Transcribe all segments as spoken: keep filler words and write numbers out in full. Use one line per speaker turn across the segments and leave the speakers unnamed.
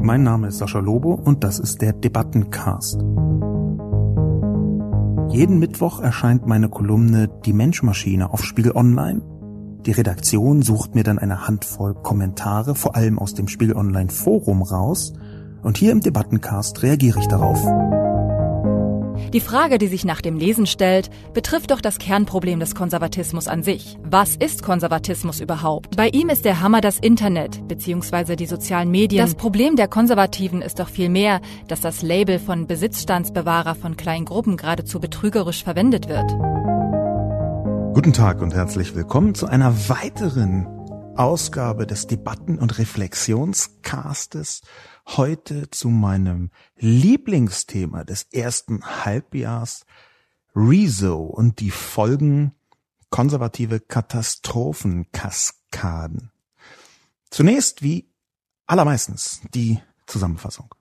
Mein Name ist Sascha Lobo und das ist der Debattencast. Jeden Mittwoch erscheint meine Kolumne Die Mensch-Maschine auf Spiegel Online. Die Redaktion sucht mir dann eine Handvoll Kommentare, vor allem aus dem Spiegel Online Forum raus, und hier im Debattencast reagiere ich darauf.
Die Frage, die sich nach dem Lesen stellt, betrifft doch das Kernproblem des Konservatismus an sich. Was ist Konservatismus überhaupt? Bei ihm ist der Hammer das Internet bzw. die sozialen Medien. Das Problem der Konservativen ist doch vielmehr, dass das Label von Besitzstandsbewahrer von kleinen Gruppen geradezu betrügerisch verwendet wird.
Guten Tag und herzlich willkommen zu einer weiteren Ausgabe des Debatten- und Reflexionscastes. Heute zu meinem Lieblingsthema des ersten Halbjahrs, Rezo und die Folgen konservative Katastrophenkaskaden. Zunächst, wie allermeistens, die Zusammenfassung.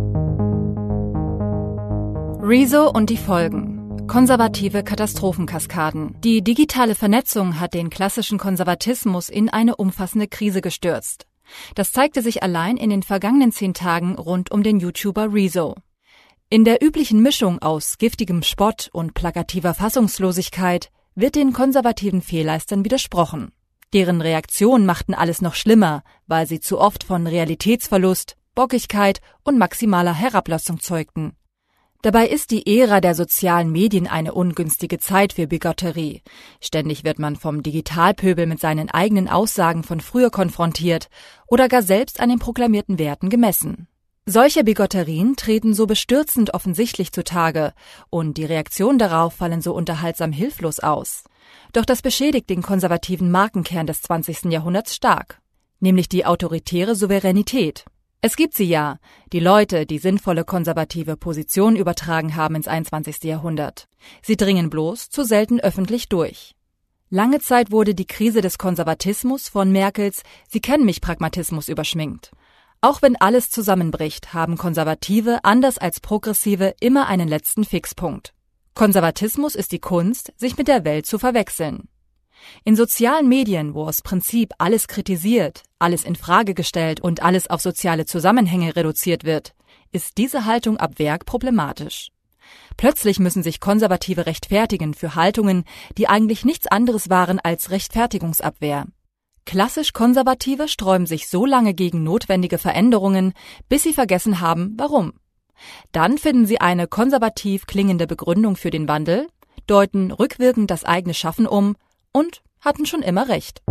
Rezo und die Folgen. Konservative Katastrophenkaskaden. Die digitale Vernetzung hat den klassischen Konservatismus in eine umfassende Krise gestürzt. Das zeigte sich allein in den vergangenen zehn Tagen rund um den YouTuber Rezo. In der üblichen Mischung aus giftigem Spott und plakativer Fassungslosigkeit wird den konservativen Fehlleistern widersprochen. Deren Reaktionen machten alles noch schlimmer, weil sie zu oft von Realitätsverlust, Bockigkeit und maximaler Herablassung zeugten. Dabei ist die Ära der sozialen Medien eine ungünstige Zeit für Bigotterie. Ständig wird man vom Digitalpöbel mit seinen eigenen Aussagen von früher konfrontiert oder gar selbst an den proklamierten Werten gemessen. Solche Bigotterien treten so bestürzend offensichtlich zutage und die Reaktionen darauf fallen so unterhaltsam hilflos aus. Doch das beschädigt den konservativen Markenkern des zwanzigsten Jahrhunderts stark, nämlich die autoritäre Souveränität. Es gibt sie ja, die Leute, die sinnvolle konservative Positionen übertragen haben ins einundzwanzigste Jahrhundert. Sie dringen bloß zu selten öffentlich durch. Lange Zeit wurde die Krise des Konservatismus von Merkels „Sie kennen mich" Pragmatismus überschminkt. Auch wenn alles zusammenbricht, haben Konservative, anders als Progressive, immer einen letzten Fixpunkt. Konservatismus ist die Kunst, sich mit der Welt zu verwechseln. In sozialen Medien, wo aus Prinzip alles kritisiert, alles in Frage gestellt und alles auf soziale Zusammenhänge reduziert wird, ist diese Haltung ab Werk problematisch. Plötzlich müssen sich Konservative rechtfertigen für Haltungen, die eigentlich nichts anderes waren als Rechtfertigungsabwehr. Klassisch Konservative sträuben sich so lange gegen notwendige Veränderungen, bis sie vergessen haben, warum. Dann finden sie eine konservativ klingende Begründung für den Wandel, deuten rückwirkend das eigene Schaffen um und hatten schon immer recht.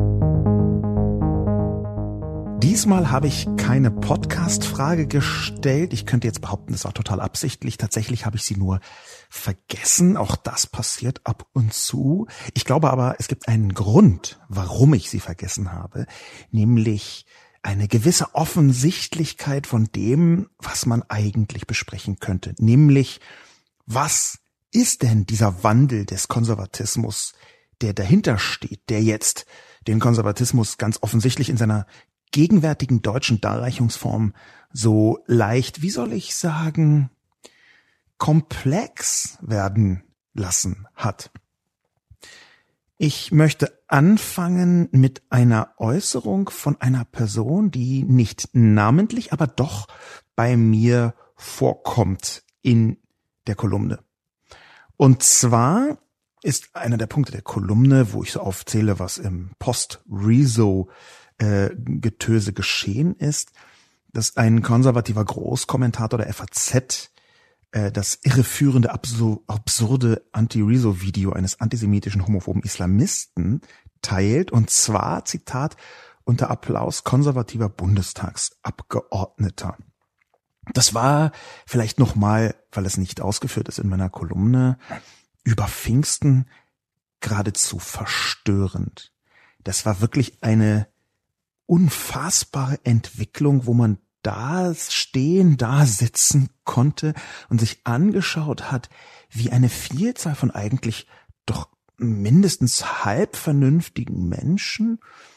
Diesmal habe ich keine Podcast-Frage gestellt. Ich könnte jetzt behaupten, das war total absichtlich. Tatsächlich habe ich sie nur vergessen. Auch das passiert ab und zu. Ich glaube aber, es gibt einen Grund, warum ich sie vergessen habe, nämlich eine gewisse Offensichtlichkeit von dem, was man eigentlich besprechen könnte. Nämlich, was ist denn dieser Wandel des Konservatismus, der dahinter steht, der jetzt den Konservatismus ganz offensichtlich in seiner gegenwärtigen deutschen Darreichungsform so leicht, wie soll ich sagen, komplex werden lassen hat. Ich möchte anfangen mit einer Äußerung von einer Person, die nicht namentlich, aber doch bei mir vorkommt in der Kolumne. Und zwar ist einer der Punkte der Kolumne, wo ich so aufzähle, was im Post-Rezo-Getöse äh, geschehen ist, dass ein konservativer Großkommentator der F A Z äh, das irreführende, absur- absurde Anti-Rezo-Video eines antisemitischen, homophoben Islamisten teilt, und zwar, Zitat, unter Applaus konservativer Bundestagsabgeordneter. Das war vielleicht nochmal, weil es nicht ausgeführt ist in meiner Kolumne, über Pfingsten geradezu verstörend. Das war wirklich eine unfassbare Entwicklung, wo man da stehen, da sitzen konnte und sich angeschaut hat, wie eine Vielzahl von eigentlich doch mindestens halb vernünftigen Menschen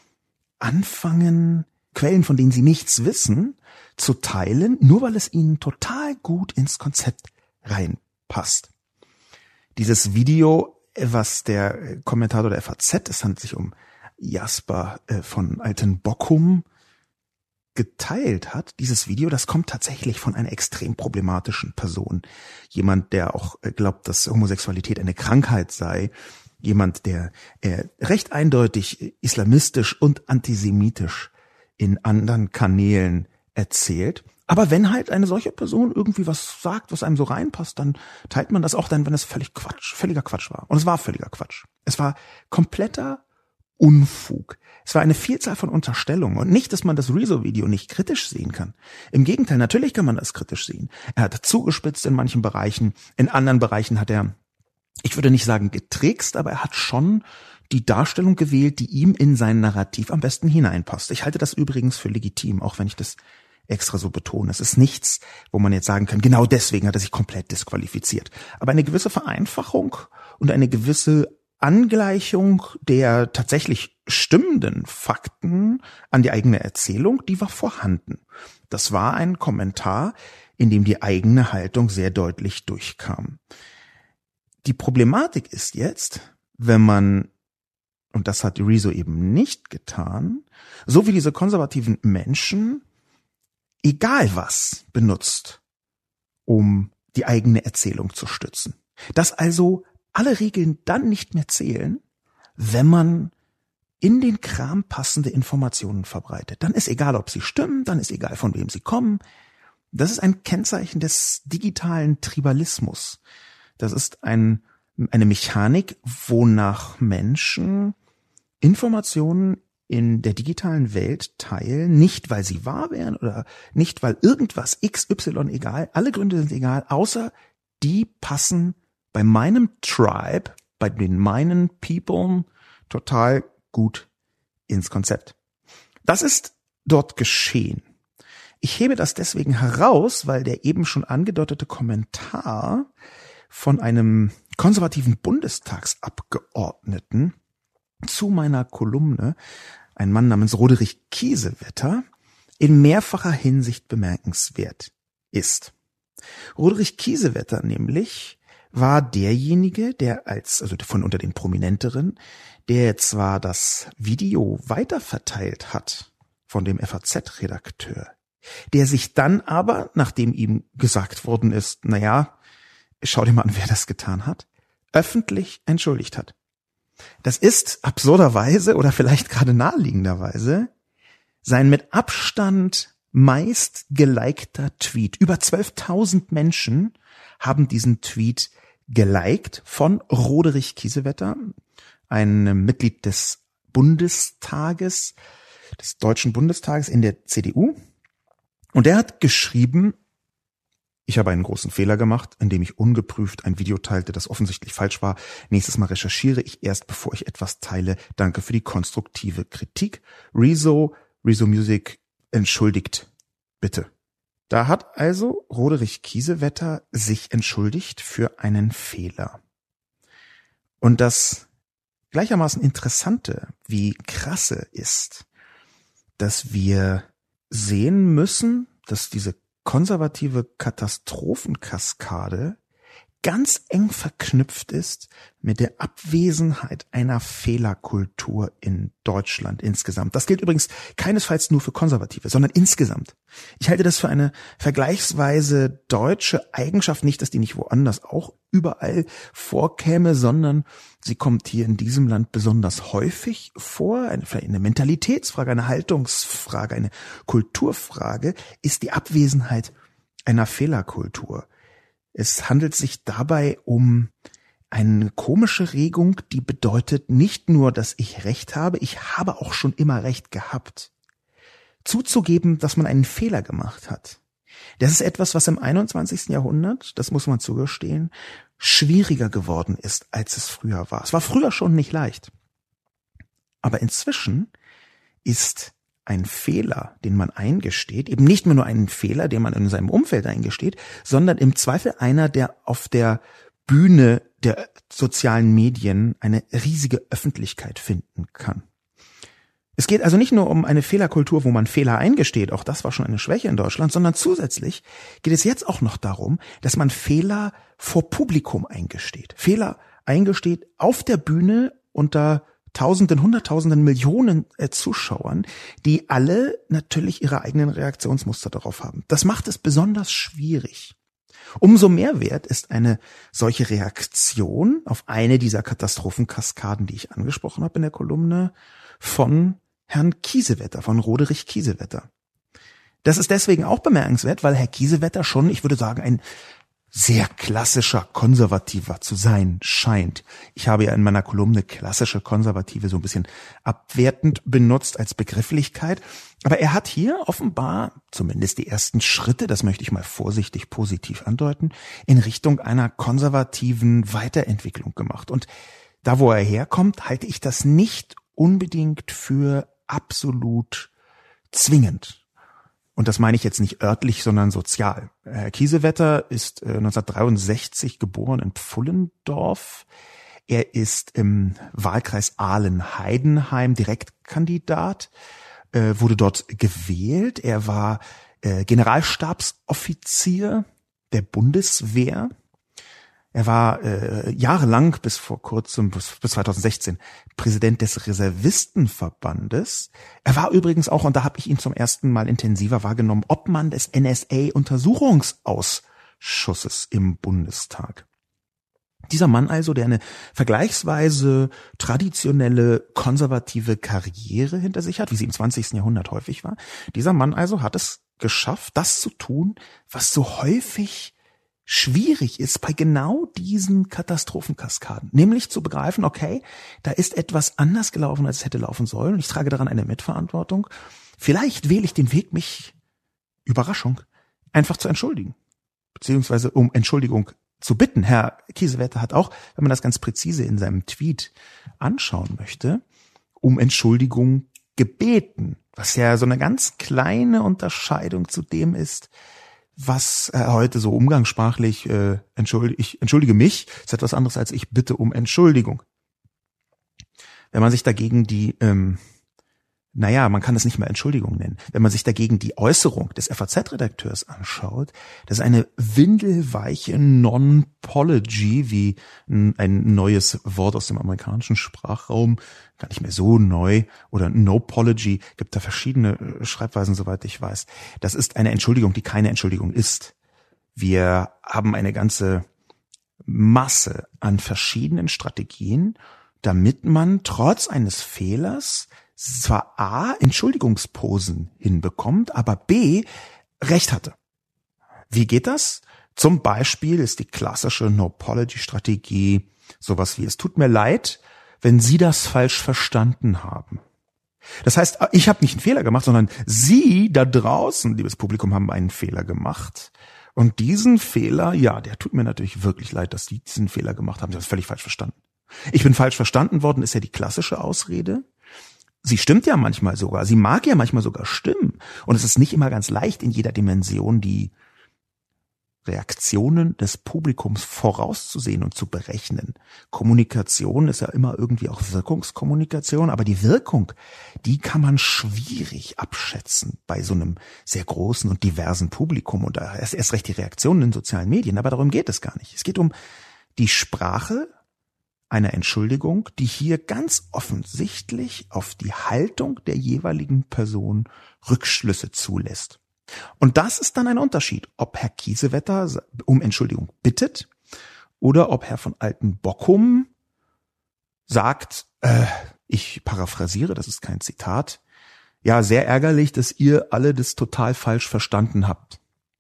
anfangen, Quellen, von denen sie nichts wissen, zu teilen, nur weil es ihnen total gut ins Konzept reinpasst. Dieses Video, was der Kommentator der F A Z, es handelt sich um Jasper äh, von Altenbockum, geteilt hat, dieses Video, das kommt tatsächlich von einer extrem problematischen Person. Jemand, der auch glaubt, dass Homosexualität eine Krankheit sei. Jemand, der äh, recht eindeutig islamistisch und antisemitisch in anderen Kanälen erzählt. Aber wenn halt eine solche Person irgendwie was sagt, was einem so reinpasst, dann teilt man das auch dann, wenn es völlig Quatsch, völliger Quatsch war. Und es war völliger Quatsch. Es war kompletter Unfug. Es war eine Vielzahl von Unterstellungen und nicht, dass man das Rezo-Video nicht kritisch sehen kann. Im Gegenteil, natürlich kann man das kritisch sehen. Er hat zugespitzt in manchen Bereichen, in anderen Bereichen hat er, ich würde nicht sagen getrickst, aber er hat schon die Darstellung gewählt, die ihm in sein Narrativ am besten hineinpasst. Ich halte das übrigens für legitim, auch wenn ich das extra so betone. Es ist nichts, wo man jetzt sagen kann, genau deswegen hat er sich komplett disqualifiziert. Aber eine gewisse Vereinfachung und eine gewisse Angleichung der tatsächlich stimmenden Fakten an die eigene Erzählung, die war vorhanden. Das war ein Kommentar, in dem die eigene Haltung sehr deutlich durchkam. Die Problematik ist jetzt, wenn man, und das hat Rezo eben nicht getan, so wie diese konservativen Menschen, egal was, benutzt, um die eigene Erzählung zu stützen. Dass also alle Regeln dann nicht mehr zählen, wenn man in den Kram passende Informationen verbreitet. Dann ist egal, ob sie stimmen, dann ist egal, von wem sie kommen. Das ist ein Kennzeichen des digitalen Tribalismus. Das ist ein, eine Mechanik, wonach Menschen Informationen in der digitalen Welt teilen, nicht weil sie wahr wären oder nicht weil irgendwas X, Y egal, alle Gründe sind egal, außer die passen bei meinem Tribe, bei den meinen People total gut ins Konzept. Das ist dort geschehen. Ich hebe das deswegen heraus, weil der eben schon angedeutete Kommentar von einem konservativen Bundestagsabgeordneten zu meiner Kolumne, ein Mann namens Roderich Kiesewetter, in mehrfacher Hinsicht bemerkenswert ist. Roderich Kiesewetter nämlich war derjenige, der als, also von unter den Prominenteren, der zwar das Video weiterverteilt hat von dem F A Z-Redakteur, der sich dann aber, nachdem ihm gesagt worden ist, na ja, schau dir mal an, wer das getan hat, öffentlich entschuldigt hat. Das ist absurderweise oder vielleicht gerade naheliegenderweise sein mit Abstand meist gelikter Tweet. Über zwölftausend Menschen haben diesen Tweet geliked von Roderich Kiesewetter, ein Mitglied des Bundestages, des Deutschen Bundestages in der C D U. Und er hat geschrieben, ich habe einen großen Fehler gemacht, indem ich ungeprüft ein Video teilte, das offensichtlich falsch war. Nächstes Mal recherchiere ich erst, bevor ich etwas teile. Danke für die konstruktive Kritik. Rezo, Rezo Music, entschuldigt bitte. Da hat also Roderich Kiesewetter sich entschuldigt für einen Fehler. Und das gleichermaßen Interessante wie krasse ist, dass wir sehen müssen, dass diese konservative Katastrophenkaskade ganz eng verknüpft ist mit der Abwesenheit einer Fehlerkultur in Deutschland insgesamt. Das gilt übrigens keinesfalls nur für Konservative, sondern insgesamt. Ich halte das für eine vergleichsweise deutsche Eigenschaft, nicht, dass die nicht woanders auch überall vorkäme, sondern sie kommt hier in diesem Land besonders häufig vor. Eine, eine Mentalitätsfrage, eine Haltungsfrage, eine Kulturfrage ist die Abwesenheit einer Fehlerkultur. Es handelt sich dabei um eine komische Regung, die bedeutet nicht nur, dass ich Recht habe, ich habe auch schon immer Recht gehabt. Zuzugeben, dass man einen Fehler gemacht hat. Das ist etwas, was im einundzwanzigsten Jahrhundert, das muss man zugestehen, schwieriger geworden ist, als es früher war. Es war früher schon nicht leicht. Aber inzwischen ist ein Fehler, den man eingesteht, eben nicht mehr nur einen Fehler, den man in seinem Umfeld eingesteht, sondern im Zweifel einer, der auf der Bühne der sozialen Medien eine riesige Öffentlichkeit finden kann. Es geht also nicht nur um eine Fehlerkultur, wo man Fehler eingesteht, auch das war schon eine Schwäche in Deutschland, sondern zusätzlich geht es jetzt auch noch darum, dass man Fehler vor Publikum eingesteht. Fehler eingesteht auf der Bühne unter Tausenden, Hunderttausenden, Millionen äh, Zuschauern, die alle natürlich ihre eigenen Reaktionsmuster darauf haben. Das macht es besonders schwierig. Umso mehr wert ist eine solche Reaktion auf eine dieser Katastrophenkaskaden, die ich angesprochen habe in der Kolumne, von Herrn Kiesewetter, von Roderich Kiesewetter. Das ist deswegen auch bemerkenswert, weil Herr Kiesewetter schon, ich würde sagen, ein sehr klassischer Konservativer zu sein scheint. Ich habe ja in meiner Kolumne klassische Konservative so ein bisschen abwertend benutzt als Begrifflichkeit. Aber er hat hier offenbar zumindest die ersten Schritte, das möchte ich mal vorsichtig positiv andeuten, in Richtung einer konservativen Weiterentwicklung gemacht. Und da, wo er herkommt, halte ich das nicht unbedingt für absolut zwingend. Und das meine ich jetzt nicht örtlich, sondern sozial. Herr Kiesewetter ist neunzehnhundertdreiundsechzig geboren in Pfullendorf. Er ist im Wahlkreis Ahlen-Heidenheim Direktkandidat, äh, wurde dort gewählt. Er war äh, Generalstabsoffizier der Bundeswehr. Er war äh, jahrelang, bis vor kurzem, bis, bis zweitausendsechzehn, Präsident des Reservistenverbandes. Er war übrigens auch, und da habe ich ihn zum ersten Mal intensiver wahrgenommen, Obmann des N S A-Untersuchungsausschusses im Bundestag. Dieser Mann also, der eine vergleichsweise traditionelle, konservative Karriere hinter sich hat, wie sie im zwanzigsten Jahrhundert häufig war, dieser Mann also hat es geschafft, das zu tun, was so häufig schwierig ist bei genau diesen Katastrophenkaskaden, nämlich zu begreifen, okay, da ist etwas anders gelaufen, als es hätte laufen sollen und ich trage daran eine Mitverantwortung. Vielleicht wähle ich den Weg, mich, Überraschung, einfach zu entschuldigen, beziehungsweise um Entschuldigung zu bitten. Herr Kiesewetter hat auch, wenn man das ganz präzise in seinem Tweet anschauen möchte, um Entschuldigung gebeten, was ja so eine ganz kleine Unterscheidung zu dem ist, was äh, heute so umgangssprachlich äh, entschuldige, ich entschuldige mich, ist etwas anderes als ich bitte um Entschuldigung. Wenn man sich dagegen die, ähm, naja, man kann es nicht mehr Entschuldigung nennen, wenn man sich dagegen die Äußerung des F A Z-Redakteurs anschaut, das ist eine windelweiche Non-Pology, wie ein neues Wort aus dem amerikanischen Sprachraum, gar nicht mehr so neu, oder No-Pology, gibt da verschiedene Schreibweisen, soweit ich weiß. Das ist eine Entschuldigung, die keine Entschuldigung ist. Wir haben eine ganze Masse an verschiedenen Strategien, damit man trotz eines Fehlers zwar A, Entschuldigungsposen hinbekommt, aber B, Recht hatte. Wie geht das? Zum Beispiel ist die klassische No-Apology-Strategie sowas wie: Es tut mir leid, wenn Sie das falsch verstanden haben. Das heißt, ich habe nicht einen Fehler gemacht, sondern Sie da draußen, liebes Publikum, haben einen Fehler gemacht. Und diesen Fehler, ja, der tut mir natürlich wirklich leid, dass Sie diesen Fehler gemacht haben. Sie haben es völlig falsch verstanden. Ich bin falsch verstanden worden, ist ja die klassische Ausrede. Sie stimmt ja manchmal sogar, sie mag ja manchmal sogar stimmen. Und es ist nicht immer ganz leicht, in jeder Dimension die Reaktionen des Publikums vorauszusehen und zu berechnen. Kommunikation ist ja immer irgendwie auch Wirkungskommunikation, aber die Wirkung, die kann man schwierig abschätzen bei so einem sehr großen und diversen Publikum und erst, erst recht die Reaktionen in sozialen Medien. Aber darum geht es gar nicht. Es geht um die Sprache einer Entschuldigung, die hier ganz offensichtlich auf die Haltung der jeweiligen Person Rückschlüsse zulässt. Und das ist dann ein Unterschied, ob Herr Kiesewetter um Entschuldigung bittet oder ob Herr von Altenbockum sagt, äh, ich paraphrasiere, das ist kein Zitat, ja, sehr ärgerlich, dass ihr alle das total falsch verstanden habt.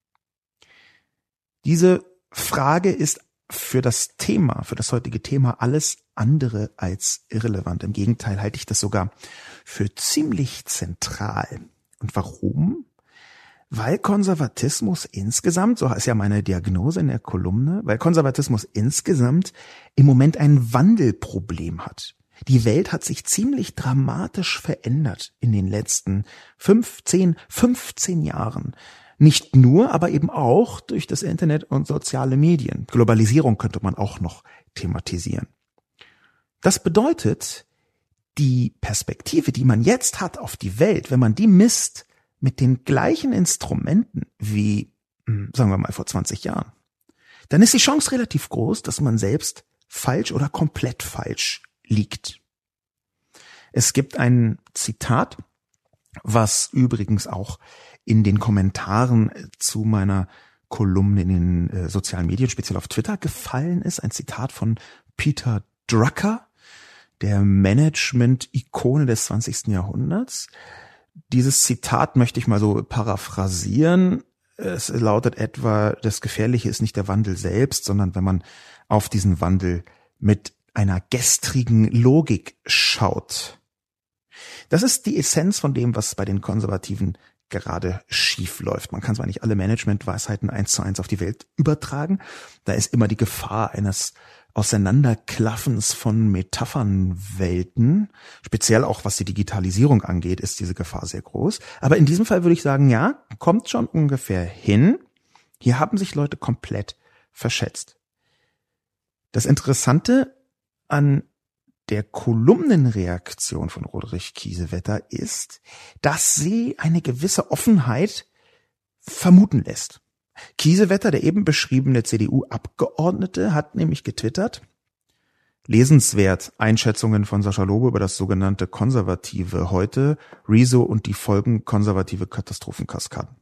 Diese Frage ist für das Thema, für das heutige Thema alles andere als irrelevant. Im Gegenteil halte ich das sogar für ziemlich zentral. Und warum? Weil Konservatismus insgesamt, so ist ja meine Diagnose in der Kolumne, weil Konservatismus insgesamt im Moment ein Wandelproblem hat. Die Welt hat sich ziemlich dramatisch verändert in den letzten fünf, zehn, fünfzehn Jahren. Nicht nur, aber eben auch durch das Internet und soziale Medien. Globalisierung könnte man auch noch thematisieren. Das bedeutet, die Perspektive, die man jetzt hat auf die Welt, wenn man die misst mit den gleichen Instrumenten wie, sagen wir mal, vor zwanzig Jahren, dann ist die Chance relativ groß, dass man selbst falsch oder komplett falsch liegt. Es gibt ein Zitat, was übrigens auch in den Kommentaren zu meiner Kolumne in den äh, sozialen Medien, speziell auf Twitter, gefallen ist. Ein Zitat von Peter Drucker, der Management-Ikone des zwanzigsten Jahrhunderts. Dieses Zitat möchte ich mal so paraphrasieren. Es lautet etwa, das Gefährliche ist nicht der Wandel selbst, sondern wenn man auf diesen Wandel mit einer gestrigen Logik schaut. Das ist die Essenz von dem, was bei den Konservativen gerade schief läuft. Man kann zwar nicht alle Management-Weisheiten eins zu eins auf die Welt übertragen, da ist immer die Gefahr eines Auseinanderklaffens von Metaphernwelten. Speziell auch was die Digitalisierung angeht, ist diese Gefahr sehr groß. Aber in diesem Fall würde ich sagen, ja, kommt schon ungefähr hin. Hier haben sich Leute komplett verschätzt. Das Interessante an der Kolumnenreaktion von Roderich Kiesewetter ist, dass sie eine gewisse Offenheit vermuten lässt. Kiesewetter, der eben beschriebene C D U-Abgeordnete, hat nämlich getwittert: Lesenswert, Einschätzungen von Sascha Lobo über das sogenannte Konservative heute, Rezo und die Folgen konservative Katastrophenkaskaden.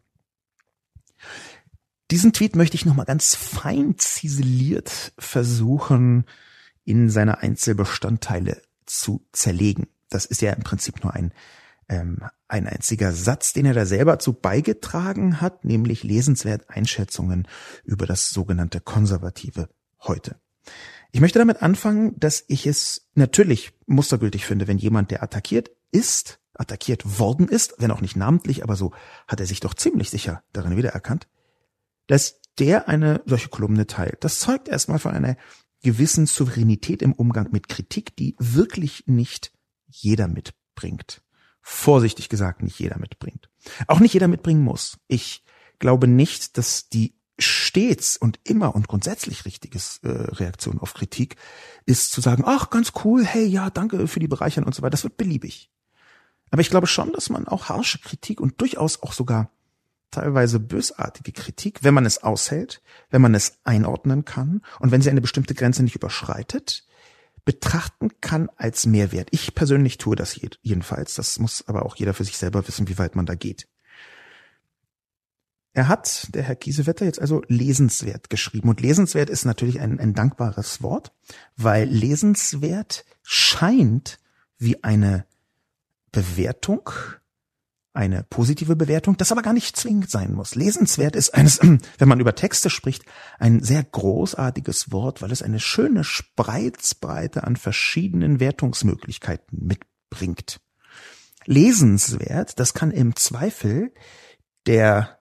Diesen Tweet möchte ich nochmal ganz fein ziseliert versuchen, in seine Einzelbestandteile zu zerlegen. Das ist ja im Prinzip nur ein ähm, ein einziger Satz, den er da selber zu beigetragen hat, nämlich lesenswert Einschätzungen über das sogenannte Konservative heute. Ich möchte damit anfangen, dass ich es natürlich mustergültig finde, wenn jemand, der attackiert ist, attackiert worden ist, wenn auch nicht namentlich, aber so hat er sich doch ziemlich sicher darin wiedererkannt, dass der eine solche Kolumne teilt. Das zeugt erstmal von einer gewissen Souveränität im Umgang mit Kritik, die wirklich nicht jeder mitbringt. Vorsichtig gesagt, nicht jeder mitbringt. Auch nicht jeder mitbringen muss. Ich glaube nicht, dass die stets und immer und grundsätzlich richtiges äh, Reaktion auf Kritik ist zu sagen, ach, ganz cool, hey, ja, danke für die Bereicherung und so weiter. Das wird beliebig. Aber ich glaube schon, dass man auch harsche Kritik und durchaus auch sogar teilweise bösartige Kritik, wenn man es aushält, wenn man es einordnen kann und wenn sie eine bestimmte Grenze nicht überschreitet, betrachten kann als Mehrwert. Ich persönlich tue das jedenfalls. Das muss aber auch jeder für sich selber wissen, wie weit man da geht. Er hat, der Herr Kiesewetter, jetzt also lesenswert geschrieben. Und lesenswert ist natürlich ein, ein dankbares Wort, weil lesenswert scheint wie eine Bewertung, eine positive Bewertung, das aber gar nicht zwingend sein muss. Lesenswert ist eines, wenn man über Texte spricht, ein sehr großartiges Wort, weil es eine schöne Spreizbreite an verschiedenen Wertungsmöglichkeiten mitbringt. Lesenswert, das kann im Zweifel der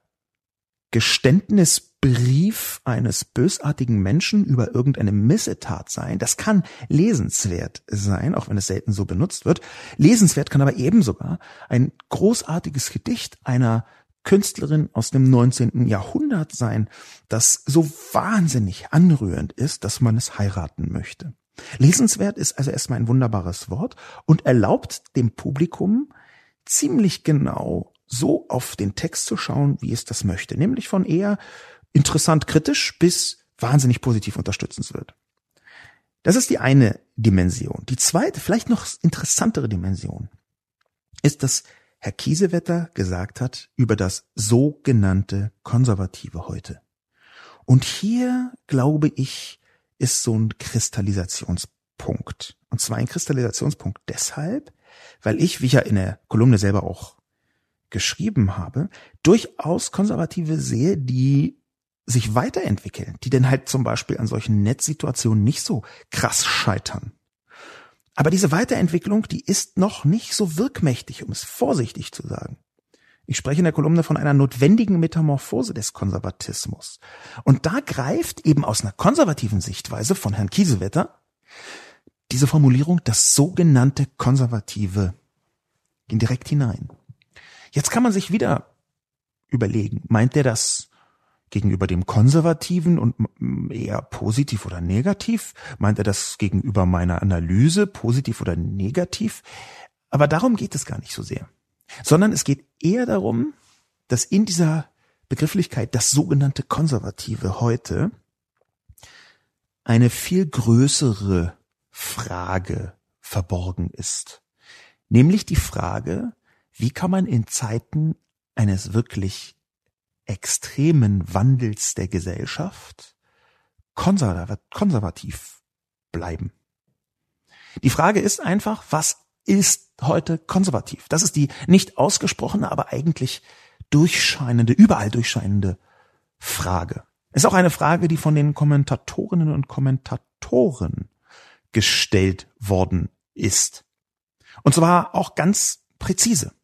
Geständnisbrief eines bösartigen Menschen über irgendeine Missetat sein. Das kann lesenswert sein, auch wenn es selten so benutzt wird. Lesenswert kann aber eben sogar ein großartiges Gedicht einer Künstlerin aus dem neunzehnten Jahrhundert sein, das so wahnsinnig anrührend ist, dass man es heiraten möchte. Lesenswert ist also erstmal ein wunderbares Wort und erlaubt dem Publikum ziemlich genau so auf den Text zu schauen, wie es das möchte, nämlich von eher interessant kritisch bis wahnsinnig positiv unterstützenswert. Das ist die eine Dimension. Die zweite, vielleicht noch interessantere Dimension, ist, dass Herr Kiesewetter gesagt hat über das sogenannte Konservative heute. Und hier, glaube ich, ist so ein Kristallisationspunkt. Und zwar ein Kristallisationspunkt deshalb, weil ich, wie ich ja in der Kolumne selber auch geschrieben habe, durchaus Konservative sehe, die sich weiterentwickeln, die denn halt zum Beispiel an solchen Netzsituationen nicht so krass scheitern. Aber diese Weiterentwicklung, die ist noch nicht so wirkmächtig, um es vorsichtig zu sagen. Ich spreche in der Kolumne von einer notwendigen Metamorphose des Konservatismus. Und da greift eben aus einer konservativen Sichtweise von Herrn Kiesewetter diese Formulierung, das sogenannte Konservative, direkt hinein. Jetzt kann man sich wieder überlegen, meint der das gegenüber dem Konservativen und eher positiv oder negativ? Meint er das gegenüber meiner Analyse positiv oder negativ? Aber darum geht es gar nicht so sehr. Sondern es geht eher darum, dass in dieser Begrifflichkeit das sogenannte Konservative heute eine viel größere Frage verborgen ist. Nämlich die Frage, wie kann man in Zeiten eines wirklich extremen Wandels der Gesellschaft konservativ bleiben? Die Frage ist einfach, was ist heute konservativ? Das ist die nicht ausgesprochene, aber eigentlich durchscheinende, überall durchscheinende Frage. Ist auch eine Frage, die von den Kommentatorinnen und Kommentatoren gestellt worden ist. Und zwar auch ganz präzise.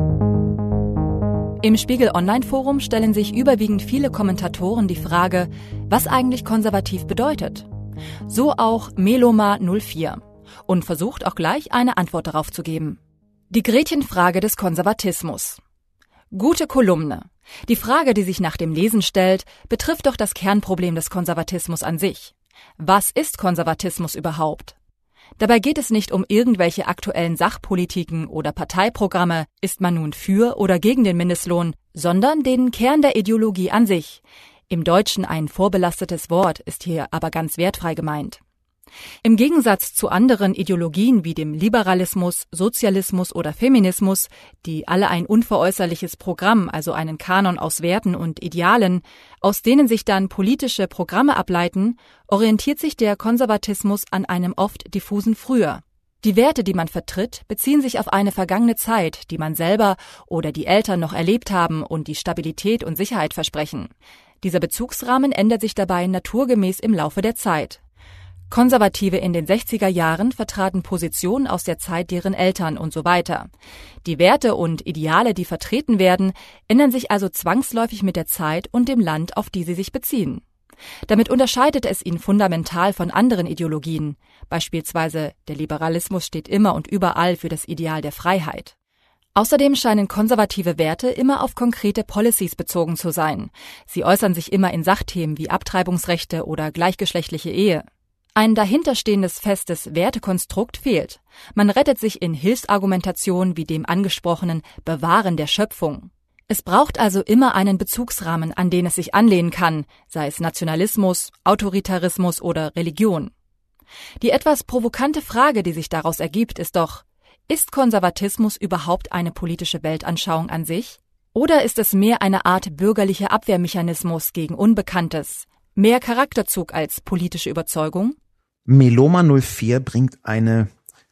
Im Spiegel Online-Forum stellen sich überwiegend viele Kommentatoren die Frage, was eigentlich konservativ bedeutet. So auch Meloma null vier und versucht auch gleich eine Antwort darauf zu geben. Die Gretchenfrage des Konservatismus. Gute Kolumne. Die Frage, die sich nach dem Lesen stellt, betrifft doch das Kernproblem des Konservatismus an sich. Was ist Konservatismus überhaupt? Dabei geht es nicht um irgendwelche aktuellen Sachpolitiken oder Parteiprogramme, ist man nun für oder gegen den Mindestlohn, sondern den Kern der Ideologie an sich. Im Deutschen ein vorbelastetes Wort, ist hier aber ganz wertfrei gemeint. Im Gegensatz zu anderen Ideologien wie dem Liberalismus, Sozialismus oder Feminismus, die alle ein unveräußerliches Programm, also einen Kanon aus Werten und Idealen, aus denen sich dann politische Programme ableiten, orientiert sich der Konservatismus an einem oft diffusen Früher. Die Werte, die man vertritt, beziehen sich auf eine vergangene Zeit, die man selber oder die Eltern noch erlebt haben und die Stabilität und Sicherheit versprechen. Dieser Bezugsrahmen ändert sich dabei naturgemäß im Laufe der Zeit. Konservative in den sechziger Jahren vertraten Positionen aus der Zeit deren Eltern und so weiter. Die Werte und Ideale, die vertreten werden, ändern sich also zwangsläufig mit der Zeit und dem Land, auf die sie sich beziehen. Damit unterscheidet es ihn fundamental von anderen Ideologien. Beispielsweise der Liberalismus steht immer und überall für das Ideal der Freiheit. Außerdem scheinen konservative Werte immer auf konkrete Policies bezogen zu sein. Sie äußern sich immer in Sachthemen wie Abtreibungsrechte oder gleichgeschlechtliche Ehe. Ein dahinterstehendes festes Wertekonstrukt fehlt. Man rettet sich in Hilfsargumentationen wie dem angesprochenen Bewahren der Schöpfung. Es braucht also immer einen Bezugsrahmen, an den es sich anlehnen kann, sei es Nationalismus, Autoritarismus oder Religion. Die etwas provokante Frage, die sich daraus ergibt, ist doch, ist Konservatismus überhaupt eine politische Weltanschauung an sich? Oder ist es mehr eine Art bürgerlicher Abwehrmechanismus gegen Unbekanntes? Mehr Charakterzug als politische Überzeugung?
Meloma null vier bringt eine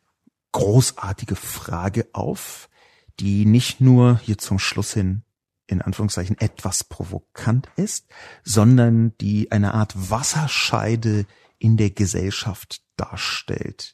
großartige Frage auf, die nicht nur hier zum Schluss hin in Anführungszeichen etwas provokant ist, sondern die eine Art Wasserscheide in der Gesellschaft darstellt.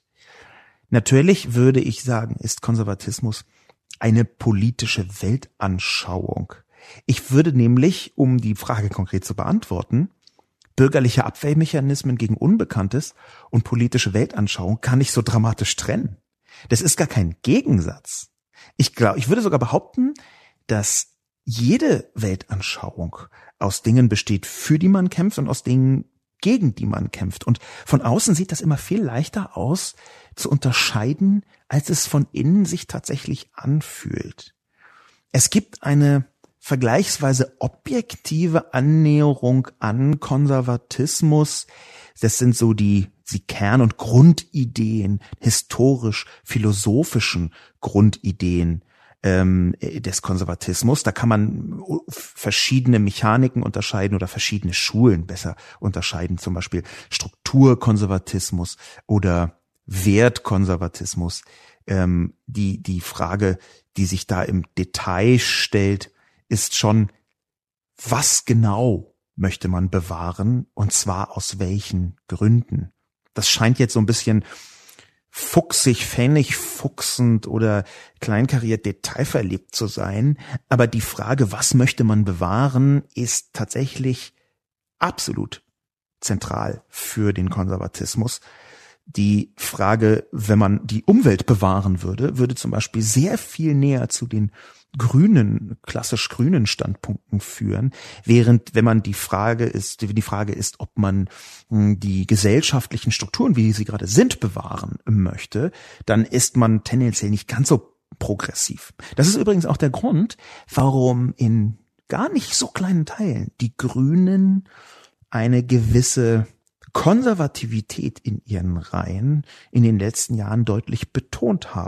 Natürlich würde ich sagen, ist Konservatismus eine politische Weltanschauung. Ich würde nämlich, um die Frage konkret zu beantworten, bürgerliche Abwehrmechanismen gegen Unbekanntes und politische Weltanschauung kann ich so dramatisch trennen. Das ist gar kein Gegensatz. Ich glaube, ich würde sogar behaupten, dass jede Weltanschauung aus Dingen besteht, für die man kämpft und aus Dingen, gegen die man kämpft. Und von außen sieht das immer viel leichter aus, zu unterscheiden, als es von innen sich tatsächlich anfühlt. Es gibt eine vergleichsweise objektive Annäherung an Konservatismus. Das sind so die, die Kern- und Grundideen, historisch-philosophischen Grundideen ähm, des Konservatismus. Da kann man verschiedene Mechaniken unterscheiden oder verschiedene Schulen besser unterscheiden, zum Beispiel Strukturkonservatismus oder Wertkonservatismus. Ähm, die, die Frage, die sich da im Detail stellt, ist schon, was genau möchte man bewahren und zwar aus welchen Gründen? Das scheint jetzt so ein bisschen fuchsig, pfennig, fuchsend oder kleinkariert detailverliebt zu sein. Aber die Frage, was möchte man bewahren, ist tatsächlich absolut zentral für den Konservatismus. Die Frage, wenn man die Umwelt bewahren würde, würde zum Beispiel sehr viel näher zu den grünen, klassisch grünen Standpunkten führen, während wenn man die Frage ist, die Frage ist, ob man die gesellschaftlichen Strukturen, wie sie gerade sind, bewahren möchte, dann ist man tendenziell nicht ganz so progressiv. Das ist übrigens auch der Grund, warum in gar nicht so kleinen Teilen die Grünen eine gewisse Konservativität in ihren Reihen in den letzten Jahren deutlich betont haben.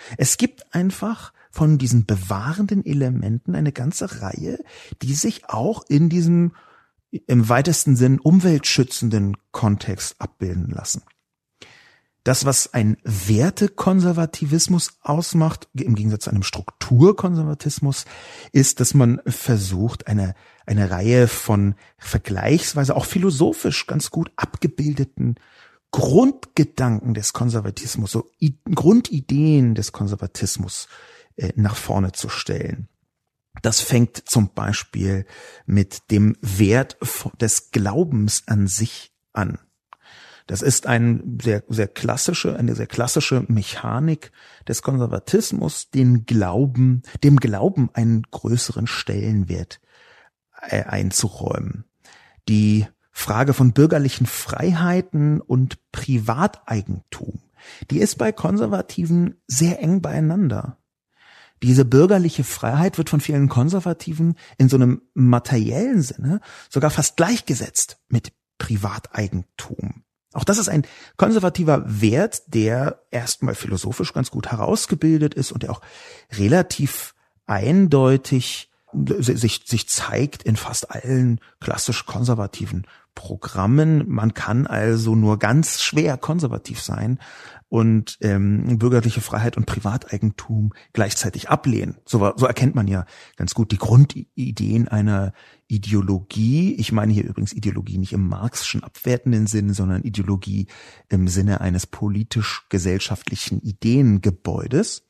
Es gibt einfach von diesen bewahrenden Elementen eine ganze Reihe, die sich auch in diesem im weitesten Sinn umweltschützenden Kontext abbilden lassen. Das, was ein Wertekonservativismus ausmacht, im Gegensatz zu einem Strukturkonservatismus, ist, dass man versucht, eine, eine Reihe von vergleichsweise auch philosophisch ganz gut abgebildeten Grundgedanken des Konservatismus, so I- Grundideen des Konservatismus äh, nach vorne zu stellen. Das fängt zum Beispiel mit dem Wert des Glaubens an sich an. Das ist ein sehr, sehr klassische, eine sehr klassische Mechanik des Konservatismus, den Glauben, dem Glauben einen größeren Stellenwert äh, einzuräumen. Die Frage von bürgerlichen Freiheiten und Privateigentum, die ist bei Konservativen sehr eng beieinander. Diese bürgerliche Freiheit wird von vielen Konservativen in so einem materiellen Sinne sogar fast gleichgesetzt mit Privateigentum. Auch das ist ein konservativer Wert, der erstmal philosophisch ganz gut herausgebildet ist und der auch relativ eindeutig sich, sich zeigt in fast allen klassisch konservativen Programmen. Man kann also nur ganz schwer konservativ sein und ähm, bürgerliche Freiheit und Privateigentum gleichzeitig ablehnen. So, so erkennt man ja ganz gut die Grundideen einer Ideologie. Ich meine hier übrigens Ideologie nicht im marxischen abwertenden Sinn, sondern Ideologie im Sinne eines politisch-gesellschaftlichen Ideengebäudes.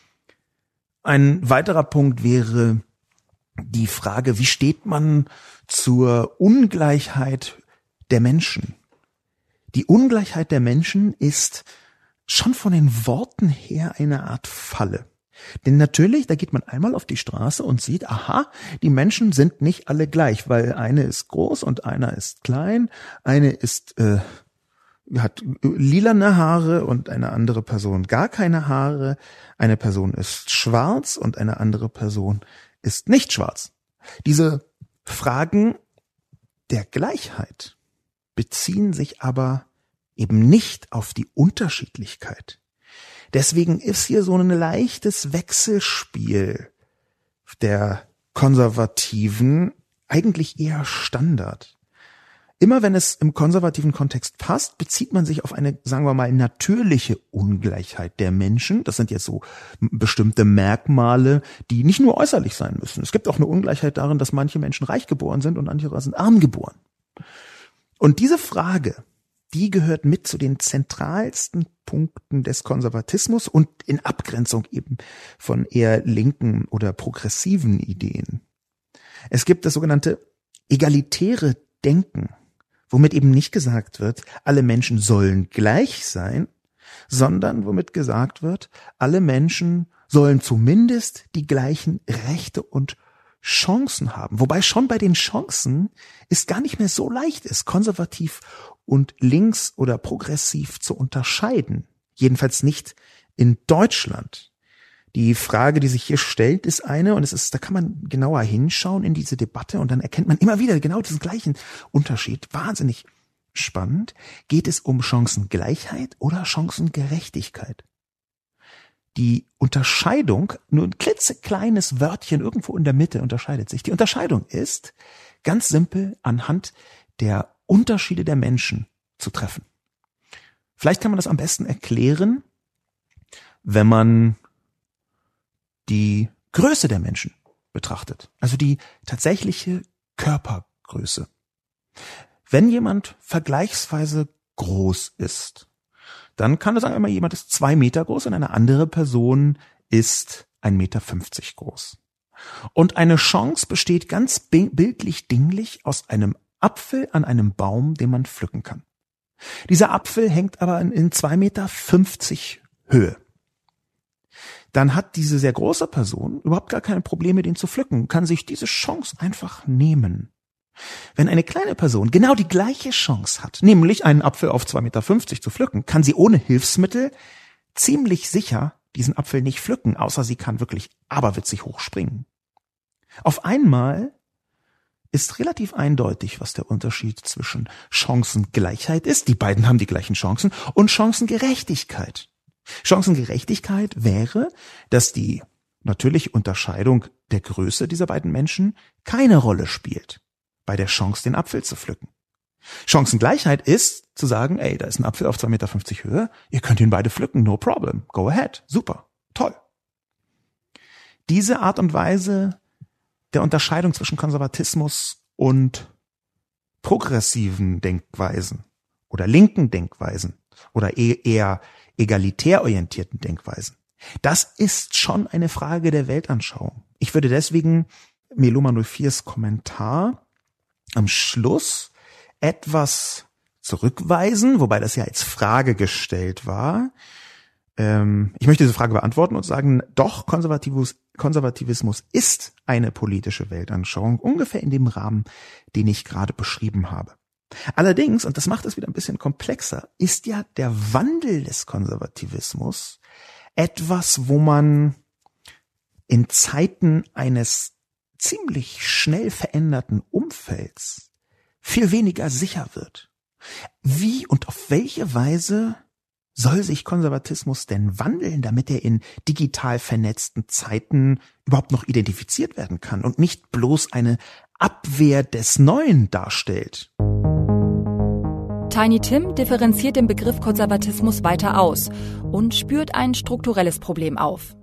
Ein weiterer Punkt wäre die Frage, wie steht man zur Ungleichheit der Menschen? Die Ungleichheit der Menschen ist schon von den Worten her eine Art Falle. Denn natürlich, da geht man einmal auf die Straße und sieht, aha, die Menschen sind nicht alle gleich, weil eine ist groß und einer ist klein, eine ist äh, hat lilane Haare und eine andere Person gar keine Haare, eine Person ist schwarz und eine andere Person ist nicht schwarz. Diese Fragen der Gleichheit beziehen sich aber eben nicht auf die Unterschiedlichkeit. Deswegen ist hier so ein leichtes Wechselspiel der Konservativen eigentlich eher Standard. Immer wenn es im konservativen Kontext passt, bezieht man sich auf eine, sagen wir mal, natürliche Ungleichheit der Menschen. Das sind jetzt so bestimmte Merkmale, die nicht nur äußerlich sein müssen. Es gibt auch eine Ungleichheit darin, dass manche Menschen reich geboren sind und andere sind arm geboren. Und diese Frage, die gehört mit zu den zentralsten Punkten des Konservatismus und in Abgrenzung eben von eher linken oder progressiven Ideen. Es gibt das sogenannte egalitäre Denken, womit eben nicht gesagt wird, alle Menschen sollen gleich sein, sondern womit gesagt wird, alle Menschen sollen zumindest die gleichen Rechte und Chancen haben. Wobei schon bei den Chancen es gar nicht mehr so leicht ist, konservativ und links oder progressiv zu unterscheiden. Jedenfalls nicht in Deutschland. Die Frage, die sich hier stellt, ist eine, und es ist, da kann man genauer hinschauen in diese Debatte und dann erkennt man immer wieder genau diesen gleichen Unterschied. Wahnsinnig spannend. Geht es um Chancengleichheit oder Chancengerechtigkeit? Die Unterscheidung, nur ein klitzekleines Wörtchen irgendwo in der Mitte unterscheidet sich. Die Unterscheidung ist ganz simpel anhand der Unterschiede der Menschen zu treffen. Vielleicht kann man das am besten erklären, wenn man die Größe der Menschen betrachtet, also die tatsächliche Körpergröße. Wenn jemand vergleichsweise groß ist, dann kann es sagen, immer jemand ist zwei Meter groß und eine andere Person ist ein Meter fünfzig groß. Und eine Chance besteht ganz bildlich dinglich aus einem Apfel an einem Baum, den man pflücken kann. Dieser Apfel hängt aber in, in zwei Meter fünfzig Höhe. Dann hat diese sehr große Person überhaupt gar keine Probleme, den zu pflücken, kann sich diese Chance einfach nehmen. Wenn eine kleine Person genau die gleiche Chance hat, nämlich einen Apfel auf zwei Meter fünfzig zu pflücken, kann sie ohne Hilfsmittel ziemlich sicher diesen Apfel nicht pflücken, außer sie kann wirklich aberwitzig hoch springen. Auf einmal ist relativ eindeutig, was der Unterschied zwischen Chancengleichheit ist, die beiden haben die gleichen Chancen, und Chancengerechtigkeit. Chancengerechtigkeit wäre, dass die natürliche Unterscheidung der Größe dieser beiden Menschen keine Rolle spielt bei der Chance, den Apfel zu pflücken. Chancengleichheit ist zu sagen, ey, da ist ein Apfel auf zwei Meter fünfzig Höhe, ihr könnt ihn beide pflücken, no problem, go ahead, super, toll. Diese Art und Weise der Unterscheidung zwischen Konservatismus und progressiven Denkweisen oder linken Denkweisen oder eher egalitär orientierten Denkweisen, das ist schon eine Frage der Weltanschauung. Ich würde deswegen Meloma null viers Kommentar am Schluss etwas zurückweisen, wobei das ja als Frage gestellt war. Ähm, ich möchte diese Frage beantworten und sagen, doch, Konservatismus, Konservativismus ist eine politische Weltanschauung, ungefähr in dem Rahmen, den ich gerade beschrieben habe. Allerdings, und das macht es wieder ein bisschen komplexer, ist ja der Wandel des Konservativismus etwas, wo man in Zeiten eines ziemlich schnell veränderten Umfelds viel weniger sicher wird. Wie und auf welche Weise soll sich Konservatismus denn wandeln, damit er in digital vernetzten Zeiten überhaupt noch identifiziert werden kann und nicht bloß eine Abwehr des Neuen darstellt?
Tiny Tim differenziert den Begriff Konservatismus weiter aus und spürt ein strukturelles Problem auf.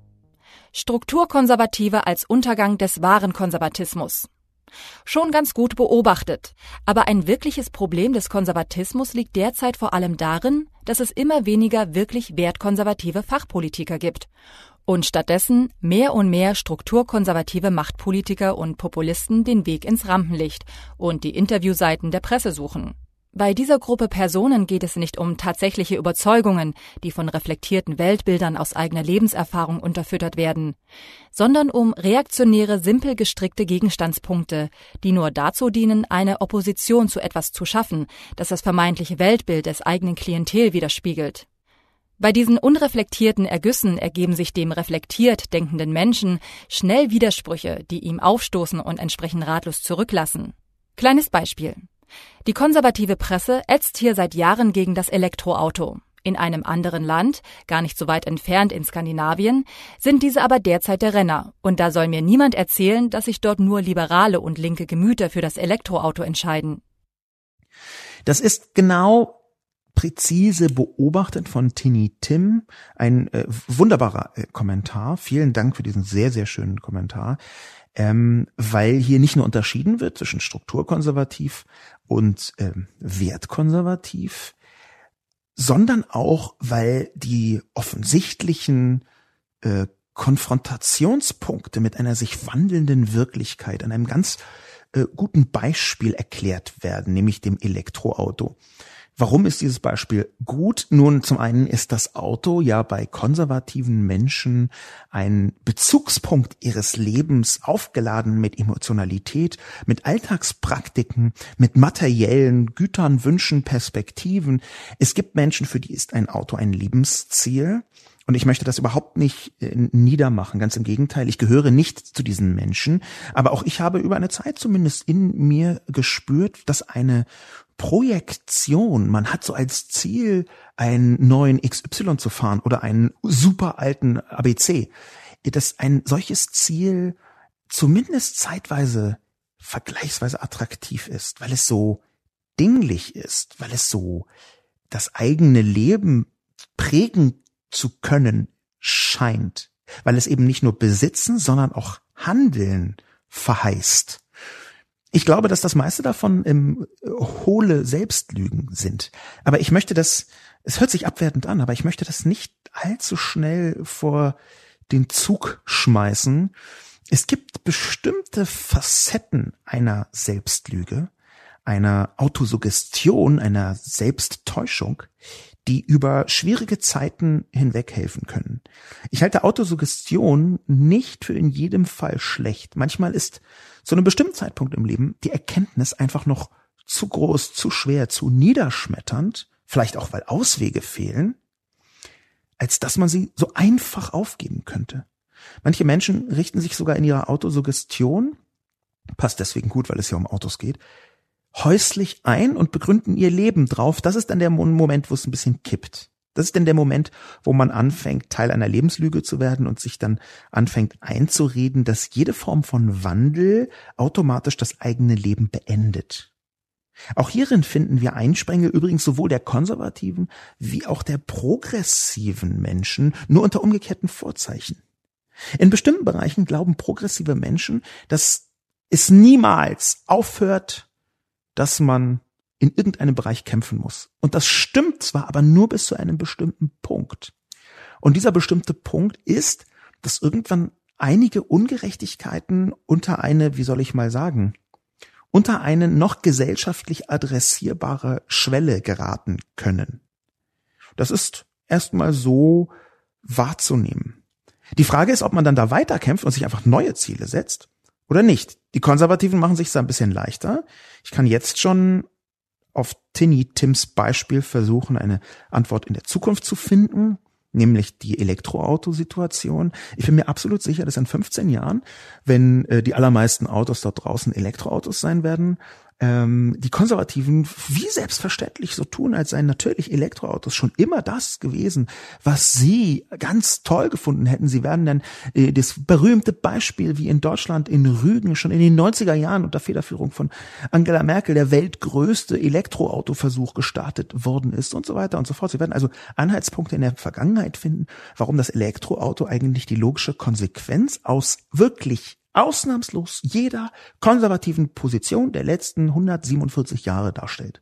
Strukturkonservative als Untergang des wahren Konservatismus. Schon ganz gut beobachtet, aber ein wirkliches Problem des Konservatismus liegt derzeit vor allem darin, dass es immer weniger wirklich wertkonservative Fachpolitiker gibt und stattdessen mehr und mehr strukturkonservative Machtpolitiker und Populisten den Weg ins Rampenlicht und die Interviewseiten der Presse suchen. Bei dieser Gruppe Personen geht es nicht um tatsächliche Überzeugungen, die von reflektierten Weltbildern aus eigener Lebenserfahrung unterfüttert werden, sondern um reaktionäre, simpel gestrickte Gegenstandspunkte, die nur dazu dienen, eine Opposition zu etwas zu schaffen, das das vermeintliche Weltbild des eigenen Klientel widerspiegelt. Bei diesen unreflektierten Ergüssen ergeben sich dem reflektiert denkenden Menschen schnell Widersprüche, die ihm aufstoßen und entsprechend ratlos zurücklassen. Kleines Beispiel. Die konservative Presse ätzt hier seit Jahren gegen das Elektroauto. In einem anderen Land, gar nicht so weit entfernt in Skandinavien, sind diese aber derzeit der Renner. Und da soll mir niemand erzählen, dass sich dort nur liberale und linke Gemüter für das Elektroauto entscheiden.
Das ist genau präzise beobachtet von Tiny Tim. Ein äh, wunderbarer äh, Kommentar. Vielen Dank für diesen sehr, sehr schönen Kommentar. Ähm, weil hier nicht nur unterschieden wird zwischen strukturkonservativ und ähm, wertkonservativ, sondern auch, weil die offensichtlichen äh, Konfrontationspunkte mit einer sich wandelnden Wirklichkeit an einem ganz äh, guten Beispiel erklärt werden, nämlich dem Elektroauto. Warum ist dieses Beispiel gut? Nun, zum einen ist das Auto ja bei konservativen Menschen ein Bezugspunkt ihres Lebens, aufgeladen mit Emotionalität, mit Alltagspraktiken, mit materiellen Gütern, Wünschen, Perspektiven. Es gibt Menschen, für die ist ein Auto ein Lebensziel. Und ich möchte das überhaupt nicht äh, niedermachen, ganz im Gegenteil, ich gehöre nicht zu diesen Menschen, aber auch ich habe über eine Zeit zumindest in mir gespürt, dass eine Projektion, man hat so als Ziel, einen neuen X Y zu fahren oder einen super alten A B C, dass ein solches Ziel zumindest zeitweise vergleichsweise attraktiv ist, weil es so dinglich ist, weil es so das eigene Leben prägen zu können scheint, weil es eben nicht nur besitzen, sondern auch handeln verheißt. Ich glaube, dass das meiste davon im hohle Selbstlügen sind. Aber ich möchte das, es hört sich abwertend an, aber ich möchte das nicht allzu schnell vor den Zug schmeißen. Es gibt bestimmte Facetten einer Selbstlüge, einer Autosuggestion, einer Selbsttäuschung, die über schwierige Zeiten hinweg helfen können. Ich halte Autosuggestion nicht für in jedem Fall schlecht. Manchmal ist zu einem bestimmten Zeitpunkt im Leben die Erkenntnis einfach noch zu groß, zu schwer, zu niederschmetternd, vielleicht auch weil Auswege fehlen, als dass man sie so einfach aufgeben könnte. Manche Menschen richten sich sogar in ihrer Autosuggestion, passt deswegen gut, weil es ja um Autos geht, häuslich ein und begründen ihr Leben drauf. Das ist dann der Moment, wo es ein bisschen kippt. Das ist denn der Moment, wo man anfängt, Teil einer Lebenslüge zu werden und sich dann anfängt einzureden, dass jede Form von Wandel automatisch das eigene Leben beendet. Auch hierin finden wir Einsprengel übrigens sowohl der konservativen wie auch der progressiven Menschen, nur unter umgekehrten Vorzeichen. In bestimmten Bereichen glauben progressive Menschen, dass es niemals aufhört, dass man in irgendeinem Bereich kämpfen muss. Und das stimmt zwar, aber nur bis zu einem bestimmten Punkt. Und dieser bestimmte Punkt ist, dass irgendwann einige Ungerechtigkeiten unter eine, wie soll ich mal sagen, unter eine noch gesellschaftlich adressierbare Schwelle geraten können. Das ist erstmal so wahrzunehmen. Die Frage ist, ob man dann da weiterkämpft und sich einfach neue Ziele setzt oder nicht. Die Konservativen machen sich da ein bisschen leichter. Ich kann jetzt schon auf Tiny Tims Beispiel versuchen, eine Antwort in der Zukunft zu finden, nämlich die Elektroautosituation. Ich bin mir absolut sicher, dass in fünfzehn Jahren, wenn äh, die allermeisten Autos dort draußen Elektroautos sein werden, ähm, die Konservativen wie selbstverständlich so tun, als seien natürlich Elektroautos schon immer das gewesen, was sie ganz toll gefunden hätten. Sie werden dann äh, das berühmte Beispiel, wie in Deutschland in Rügen schon in den neunziger Jahren unter Federführung von Angela Merkel der weltgrößte Elektroautoversuch gestartet worden ist und so weiter und so fort. Sie werden also Anhaltspunkte in der Vergangenheit finden, warum das Elektroauto eigentlich die logische Konsequenz aus wirklich ausnahmslos jeder konservativen Position der letzten hundertsiebenundvierzig Jahre darstellt.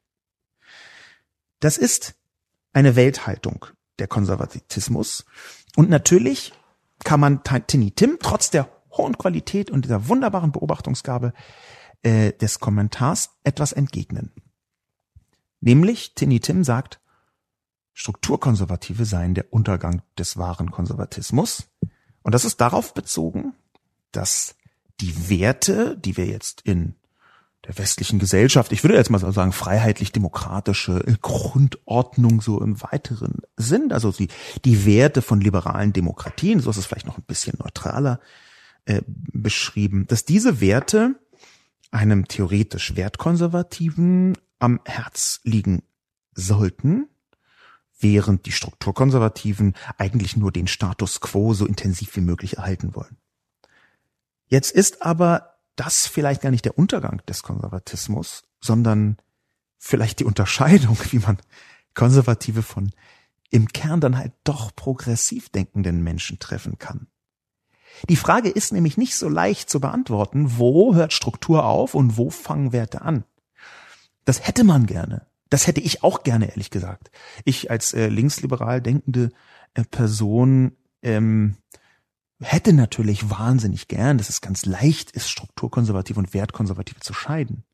Das ist eine Welthaltung, der Konservatismus. Und natürlich kann man Tiny Tim trotz der hohen Qualität und dieser wunderbaren Beobachtungsgabe äh, des Kommentars etwas entgegnen. Nämlich, Tiny Tim sagt, Strukturkonservative seien der Untergang des wahren Konservatismus. Und das ist darauf bezogen, dass die Werte, die wir jetzt in der westlichen Gesellschaft, ich würde jetzt mal so sagen, freiheitlich-demokratische Grundordnung so im weiteren sind, also die, die Werte von liberalen Demokratien, so ist es vielleicht noch ein bisschen neutraler äh, beschrieben, dass diese Werte einem theoretisch Wertkonservativen am Herz liegen sollten, während die Strukturkonservativen eigentlich nur den Status quo so intensiv wie möglich erhalten wollen. Jetzt ist aber das vielleicht gar nicht der Untergang des Konservatismus, sondern vielleicht die Unterscheidung, wie man Konservative von im Kern dann halt doch progressiv denkenden Menschen treffen kann. Die Frage ist nämlich nicht so leicht zu beantworten, wo hört Struktur auf und wo fangen Werte an. Das hätte man gerne. Das hätte ich auch gerne, ehrlich gesagt. Ich als äh, linksliberal denkende äh, Person ähm, hätte natürlich wahnsinnig gern, dass es ganz leicht ist, Strukturkonservative und Wertkonservative zu scheiden.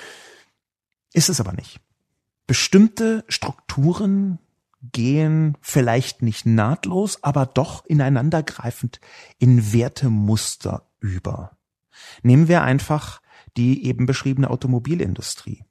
Ist es aber nicht. Bestimmte Strukturen gehen vielleicht nicht nahtlos, aber doch ineinandergreifend in Wertemuster über. Nehmen wir einfach die eben beschriebene Automobilindustrie.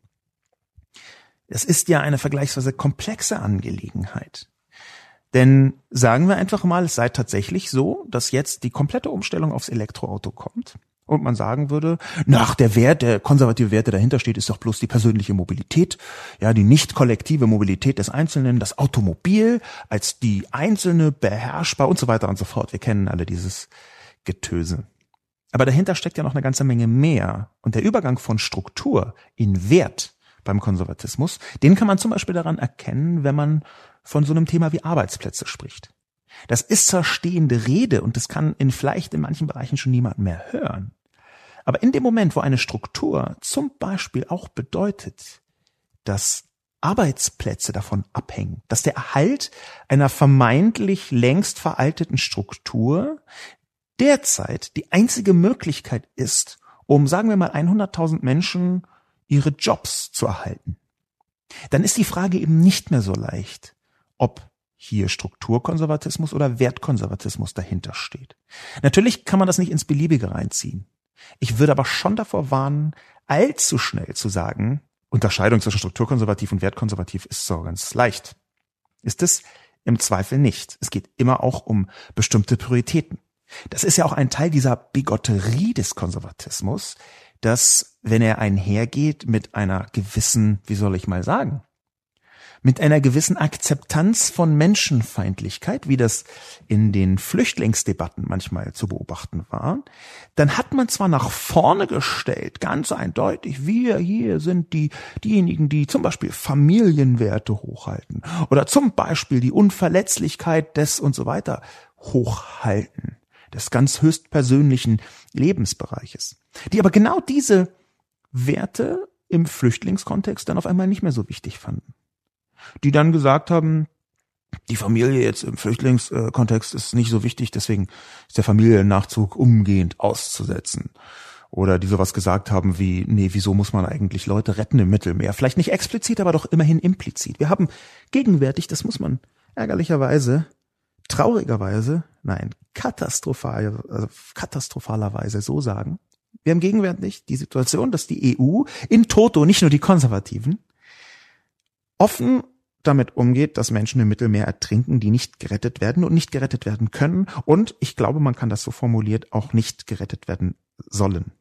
Es ist ja eine vergleichsweise komplexe Angelegenheit. Denn sagen wir einfach mal, es sei tatsächlich so, dass jetzt die komplette Umstellung aufs Elektroauto kommt und man sagen würde, nach der Wert, der konservative Wert, der dahinter steht, ist doch bloß die persönliche Mobilität, ja, die nicht kollektive Mobilität des Einzelnen, das Automobil als die einzelne beherrschbar und so weiter und so fort. Wir kennen alle dieses Getöse. Aber dahinter steckt ja noch eine ganze Menge mehr. Und der Übergang von Struktur in Wert beim Konservatismus, den kann man zum Beispiel daran erkennen, wenn man von so einem Thema wie Arbeitsplätze spricht. Das ist zwar stehende Rede und das kann in vielleicht in manchen Bereichen schon niemand mehr hören. Aber in dem Moment, wo eine Struktur zum Beispiel auch bedeutet, dass Arbeitsplätze davon abhängen, dass der Erhalt einer vermeintlich längst veralteten Struktur derzeit die einzige Möglichkeit ist, um, sagen wir mal, hunderttausend Menschen ihre Jobs zu erhalten, dann ist die Frage eben nicht mehr so leicht, ob hier Strukturkonservatismus oder Wertkonservatismus dahinter steht. Natürlich kann man das nicht ins Beliebige reinziehen. Ich würde aber schon davor warnen, allzu schnell zu sagen, Unterscheidung zwischen Strukturkonservativ und Wertkonservativ ist so ganz leicht. Ist es im Zweifel nicht. Es geht immer auch um bestimmte Prioritäten. Das ist ja auch ein Teil dieser Bigotterie des Konservatismus, dass, wenn er einhergeht mit einer gewissen, wie soll ich mal sagen, mit einer gewissen Akzeptanz von Menschenfeindlichkeit, wie das in den Flüchtlingsdebatten manchmal zu beobachten war, dann hat man zwar nach vorne gestellt, ganz eindeutig, wir hier sind die diejenigen, die zum Beispiel Familienwerte hochhalten oder zum Beispiel die Unverletzlichkeit des und so weiter hochhalten, des ganz höchstpersönlichen Lebensbereiches, die aber genau diese Werte im Flüchtlingskontext dann auf einmal nicht mehr so wichtig fanden. Die dann gesagt haben, die Familie jetzt im Flüchtlingskontext ist nicht so wichtig, deswegen ist der Familiennachzug umgehend auszusetzen. Oder die sowas gesagt haben wie, nee, wieso muss man eigentlich Leute retten im Mittelmeer? Vielleicht nicht explizit, aber doch immerhin implizit. Wir haben gegenwärtig, das muss man ärgerlicherweise, traurigerweise, nein, katastrophal, also katastrophalerweise so sagen, wir haben gegenwärtig die Situation, dass die E U in toto, nicht nur die Konservativen, offen damit umgeht, dass Menschen im Mittelmeer ertrinken, die nicht gerettet werden und nicht gerettet werden können und, ich glaube, man kann das so formuliert, auch nicht gerettet werden sollen.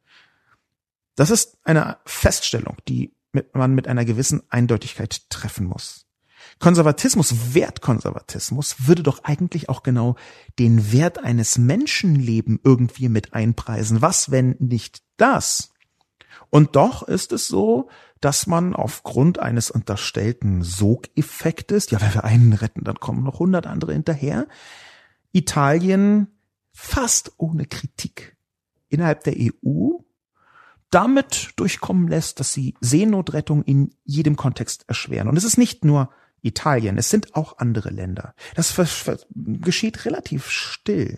Das ist eine Feststellung, die man mit einer gewissen Eindeutigkeit treffen muss. Konservatismus, Wertkonservatismus würde doch eigentlich auch genau den Wert eines Menschenlebens irgendwie mit einpreisen. Was, wenn nicht das? Und doch ist es so, dass man aufgrund eines unterstellten Sogeffektes, ja, wenn wir einen retten, dann kommen noch hundert andere hinterher, Italien fast ohne Kritik innerhalb der E U damit durchkommen lässt, dass sie Seenotrettung in jedem Kontext erschweren. Und es ist nicht nur Italien, es sind auch andere Länder. Das geschieht relativ still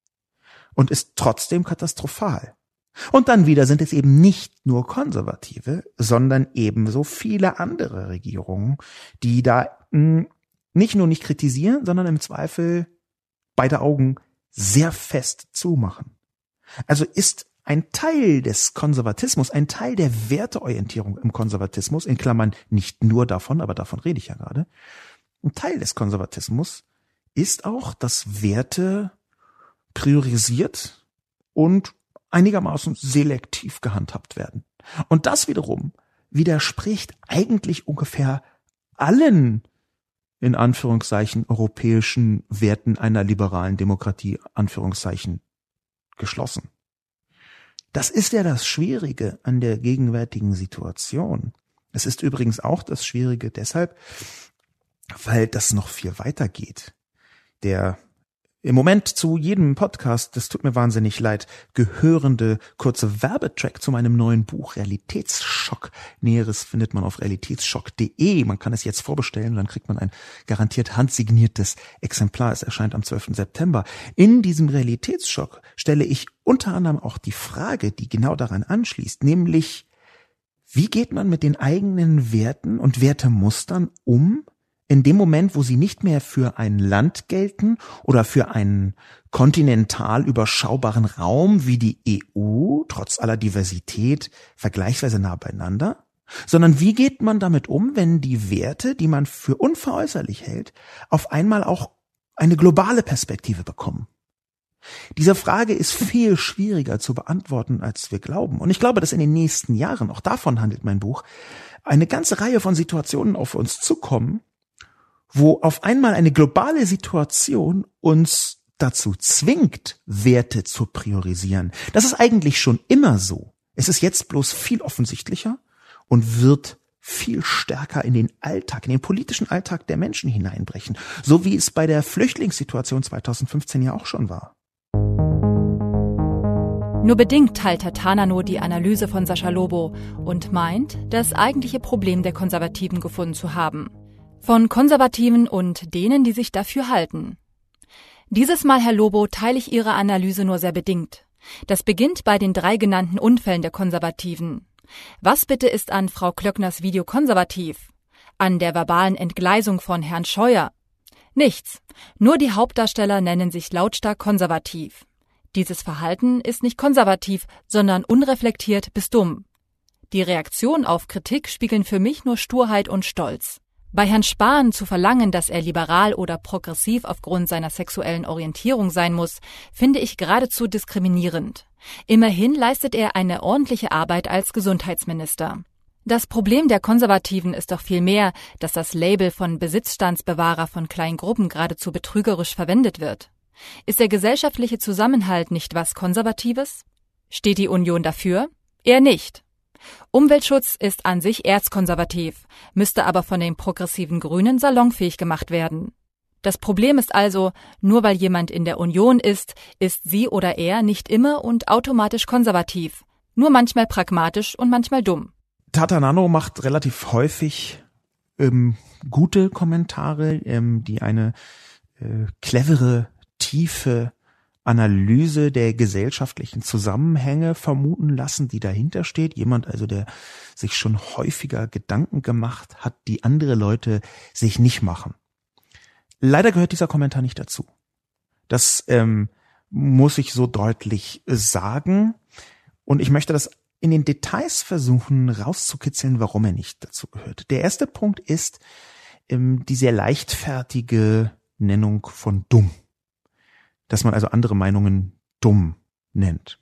und ist trotzdem katastrophal. Und dann wieder sind es eben nicht nur Konservative, sondern ebenso viele andere Regierungen, die da mh, nicht nur nicht kritisieren, sondern im Zweifel beide Augen sehr fest zumachen. Also ist ein Teil des Konservatismus, ein Teil der Werteorientierung im Konservatismus, in Klammern nicht nur davon, aber davon rede ich ja gerade, ein Teil des Konservatismus ist auch, dass Werte priorisiert und einigermaßen selektiv gehandhabt werden. Und das wiederum widerspricht eigentlich ungefähr allen, in Anführungszeichen, europäischen Werten einer liberalen Demokratie, Anführungszeichen, geschlossen. Das ist ja das Schwierige an der gegenwärtigen Situation. Es ist übrigens auch das Schwierige deshalb, weil das noch viel weiter geht. Der im Moment zu jedem Podcast, das tut mir wahnsinnig leid, gehörende kurze Werbetrack zu meinem neuen Buch Realitätsschock. Näheres findet man auf realitätsschock punkt de. Man kann es jetzt vorbestellen, dann kriegt man ein garantiert handsigniertes Exemplar. Es erscheint am zwölften September. In diesem Realitätsschock stelle ich unter anderem auch die Frage, die genau daran anschließt, nämlich, wie geht man mit den eigenen Werten und Wertemustern um, in dem Moment, wo sie nicht mehr für ein Land gelten oder für einen kontinental überschaubaren Raum wie die E U, trotz aller Diversität, vergleichsweise nah beieinander, sondern wie geht man damit um, wenn die Werte, die man für unveräußerlich hält, auf einmal auch eine globale Perspektive bekommen? Diese Frage ist viel schwieriger zu beantworten, als wir glauben. Und ich glaube, dass in den nächsten Jahren, auch davon handelt mein Buch, eine ganze Reihe von Situationen auf uns zukommen, wo auf einmal eine globale Situation uns dazu zwingt, Werte zu priorisieren. Das ist eigentlich schon immer so. Es ist jetzt bloß viel offensichtlicher und wird viel stärker in den Alltag, in den politischen Alltag der Menschen hineinbrechen. So wie es bei der Flüchtlingssituation zweitausendfünfzehn ja auch schon war.
Nur bedingt teilt Herr Tananow die Analyse von Sascha Lobo und meint, das eigentliche Problem der Konservativen gefunden zu haben. Von Konservativen und denen, die sich dafür halten. Dieses Mal, Herr Lobo, teile ich Ihre Analyse nur sehr bedingt. Das beginnt bei den drei genannten Unfällen der Konservativen. Was bitte ist an Frau Klöckners Video konservativ? An der verbalen Entgleisung von Herrn Scheuer? Nichts. Nur die Hauptdarsteller nennen sich lautstark konservativ. Dieses Verhalten ist nicht konservativ, sondern unreflektiert bis dumm. Die Reaktionen auf Kritik spiegeln für mich nur Sturheit und Stolz. Bei Herrn Spahn zu verlangen, dass er liberal oder progressiv aufgrund seiner sexuellen Orientierung sein muss, finde ich geradezu diskriminierend. Immerhin leistet er eine ordentliche Arbeit als Gesundheitsminister. Das Problem der Konservativen ist doch vielmehr, dass das Label von Besitzstandsbewahrer von kleinen Gruppen geradezu betrügerisch verwendet wird. Ist der gesellschaftliche Zusammenhalt nicht was Konservatives? Steht die Union dafür? Eher nicht. Umweltschutz ist an sich erzkonservativ, müsste aber von den progressiven Grünen salonfähig gemacht werden. Das Problem ist also, nur weil jemand in der Union ist, ist sie oder er nicht immer und automatisch konservativ, nur manchmal pragmatisch und manchmal dumm.
Tata Nano macht relativ häufig ähm, gute Kommentare, ähm, die eine äh, clevere, tiefe Analyse der gesellschaftlichen Zusammenhänge vermuten lassen, die dahinter steht. Jemand also, der sich schon häufiger Gedanken gemacht hat, die andere Leute sich nicht machen. Leider gehört dieser Kommentar nicht dazu. Das ähm, muss ich so deutlich sagen. Und ich möchte das in den Details versuchen rauszukitzeln, warum er nicht dazu gehört. Der erste Punkt ist ähm, die sehr leichtfertige Nennung von dumm. Dass man also andere Meinungen dumm nennt.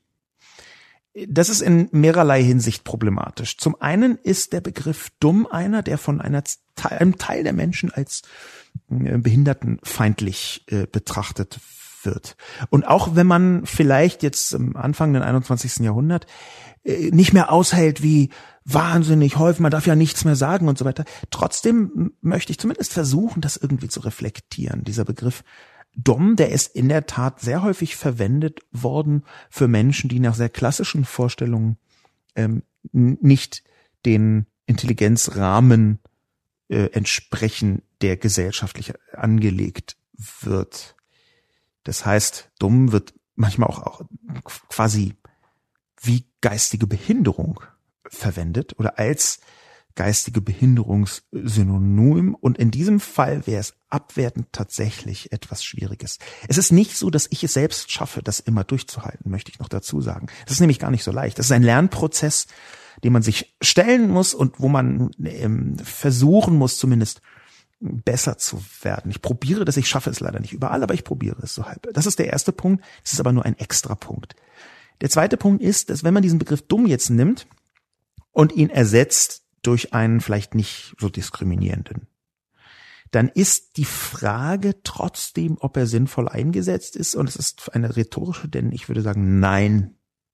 Das ist in mehrerlei Hinsicht problematisch. Zum einen ist der Begriff dumm einer, der von einer, einem Teil der Menschen als äh, behindertenfeindlich äh, betrachtet wird. Und auch wenn man vielleicht jetzt am Anfang des einundzwanzigsten Jahrhunderts äh, nicht mehr aushält, wie wahnsinnig häufig, man darf ja nichts mehr sagen und so weiter, trotzdem möchte ich zumindest versuchen, das irgendwie zu reflektieren. Dieser Begriff dumm, der ist in der Tat sehr häufig verwendet worden für Menschen, die nach sehr klassischen Vorstellungen ähm, nicht den Intelligenzrahmen äh, entsprechen, der gesellschaftlich angelegt wird. Das heißt, dumm wird manchmal auch, auch quasi wie geistige Behinderung verwendet oder als geistige Behinderungssynonym, und in diesem Fall wäre es abwertend tatsächlich etwas Schwieriges. Es ist nicht so, dass ich es selbst schaffe, das immer durchzuhalten, möchte ich noch dazu sagen. Das ist nämlich gar nicht so leicht. Das ist ein Lernprozess, den man sich stellen muss und wo man ähm, versuchen muss, zumindest besser zu werden. Ich probiere das, ich schaffe es leider nicht überall, aber ich probiere es so halb. Das ist der erste Punkt, das ist aber nur ein Extrapunkt. Der zweite Punkt ist, dass wenn man diesen Begriff dumm jetzt nimmt und ihn ersetzt durch einen vielleicht nicht so diskriminierenden, dann ist die Frage trotzdem, ob er sinnvoll eingesetzt ist, und es ist eine rhetorische, denn ich würde sagen, nein.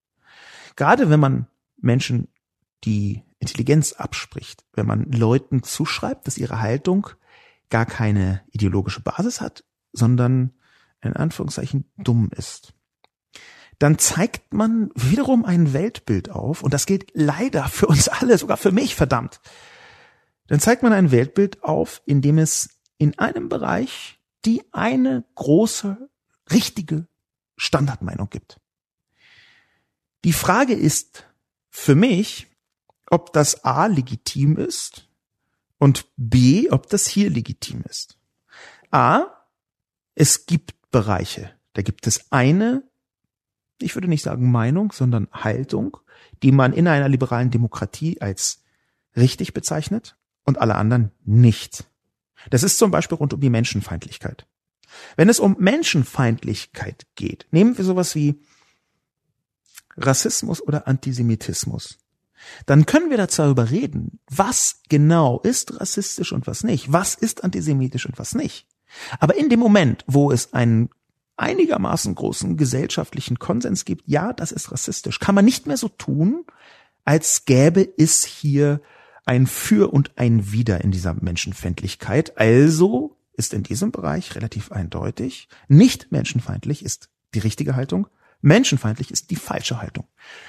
Gerade wenn man Menschen die Intelligenz abspricht, wenn man Leuten zuschreibt, dass ihre Haltung gar keine ideologische Basis hat, sondern in Anführungszeichen dumm ist, dann zeigt man wiederum ein Weltbild auf, und das gilt leider für uns alle, sogar für mich, verdammt. Dann zeigt man ein Weltbild auf, in dem es in einem Bereich die eine große, richtige Standardmeinung gibt. Die Frage ist für mich, ob das A legitim ist und B, ob das hier legitim ist. A, es gibt Bereiche, da gibt es eine, ich würde nicht sagen Meinung, sondern Haltung, die man in einer liberalen Demokratie als richtig bezeichnet und alle anderen nicht. Das ist zum Beispiel rund um die Menschenfeindlichkeit. Wenn es um Menschenfeindlichkeit geht, nehmen wir sowas wie Rassismus oder Antisemitismus, dann können wir darüber reden, was genau ist rassistisch und was nicht, was ist antisemitisch und was nicht. Aber in dem Moment, wo es einen einigermaßen großen gesellschaftlichen Konsens gibt, ja, das ist rassistisch, kann man nicht mehr so tun, als gäbe es hier ein Für und ein Wider in dieser Menschenfeindlichkeit. Also ist in diesem Bereich relativ eindeutig, nicht menschenfeindlich ist die richtige Haltung, menschenfeindlich ist die falsche Haltung.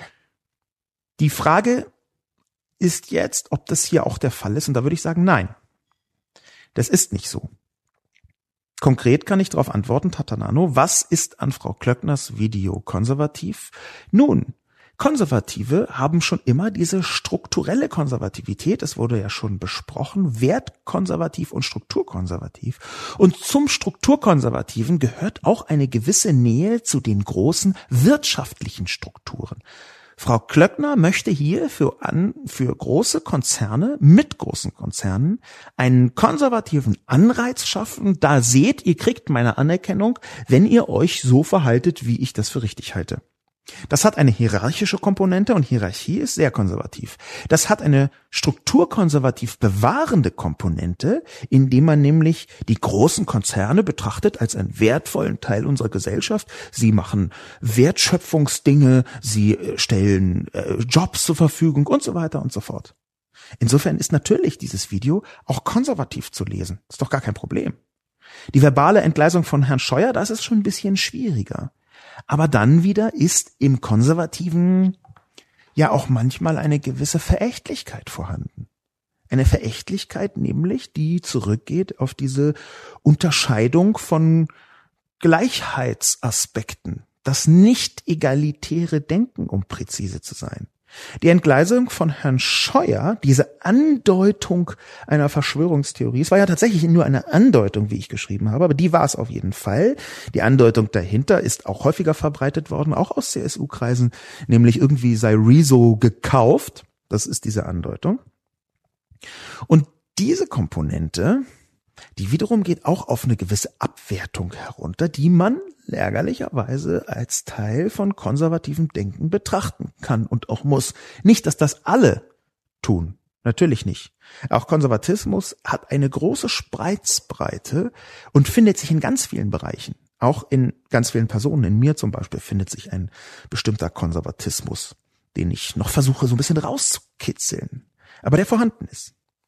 Die Frage ist jetzt, ob das hier auch der Fall ist, und da würde ich sagen, nein, das ist nicht so. Konkret kann ich darauf antworten, Tata Nano, was ist an Frau Klöckners Video konservativ? Nun, Konservative haben schon immer diese strukturelle Konservativität, es wurde ja schon besprochen, wertkonservativ und strukturkonservativ. Und zum Strukturkonservativen gehört auch eine gewisse Nähe zu den großen wirtschaftlichen Strukturen. Frau Klöckner möchte hier für, an, für große Konzerne, mit großen Konzernen, einen konservativen Anreiz schaffen. Da seht, ihr kriegt meine Anerkennung, wenn ihr euch so verhaltet, wie ich das für richtig halte. Das hat eine hierarchische Komponente und Hierarchie ist sehr konservativ. Das hat eine strukturkonservativ bewahrende Komponente, indem man nämlich die großen Konzerne betrachtet als einen wertvollen Teil unserer Gesellschaft. Sie machen Wertschöpfungsdinge, sie stellen äh, Jobs zur Verfügung und so weiter und so fort. Insofern ist natürlich dieses Video auch konservativ zu lesen. Ist doch gar kein Problem. Die verbale Entgleisung von Herrn Scheuer, das ist schon ein bisschen schwieriger. Aber dann wieder ist im Konservativen ja auch manchmal eine gewisse Verächtlichkeit vorhanden. Eine Verächtlichkeit nämlich, die zurückgeht auf diese Unterscheidung von Gleichheitsaspekten, das nicht egalitäre Denken, um präzise zu sein. Die Entgleisung von Herrn Scheuer, diese Andeutung einer Verschwörungstheorie, es war ja tatsächlich nur eine Andeutung, wie ich geschrieben habe, aber die war es auf jeden Fall. Die Andeutung dahinter ist auch häufiger verbreitet worden, auch aus C S U-Kreisen, nämlich irgendwie sei Rezo gekauft. Das ist diese Andeutung. Und diese Komponente, die wiederum geht auch auf eine gewisse Abwertung herunter, die man ärgerlicherweise als Teil von konservativem Denken betrachten kann und auch muss. Nicht, dass das alle tun. Natürlich nicht. Auch Konservatismus hat eine große Spreizbreite und findet sich in ganz vielen Bereichen. Auch in ganz vielen Personen. In mir zum Beispiel findet sich ein bestimmter Konservatismus, den ich noch versuche so ein bisschen rauszukitzeln, aber der vorhanden ist.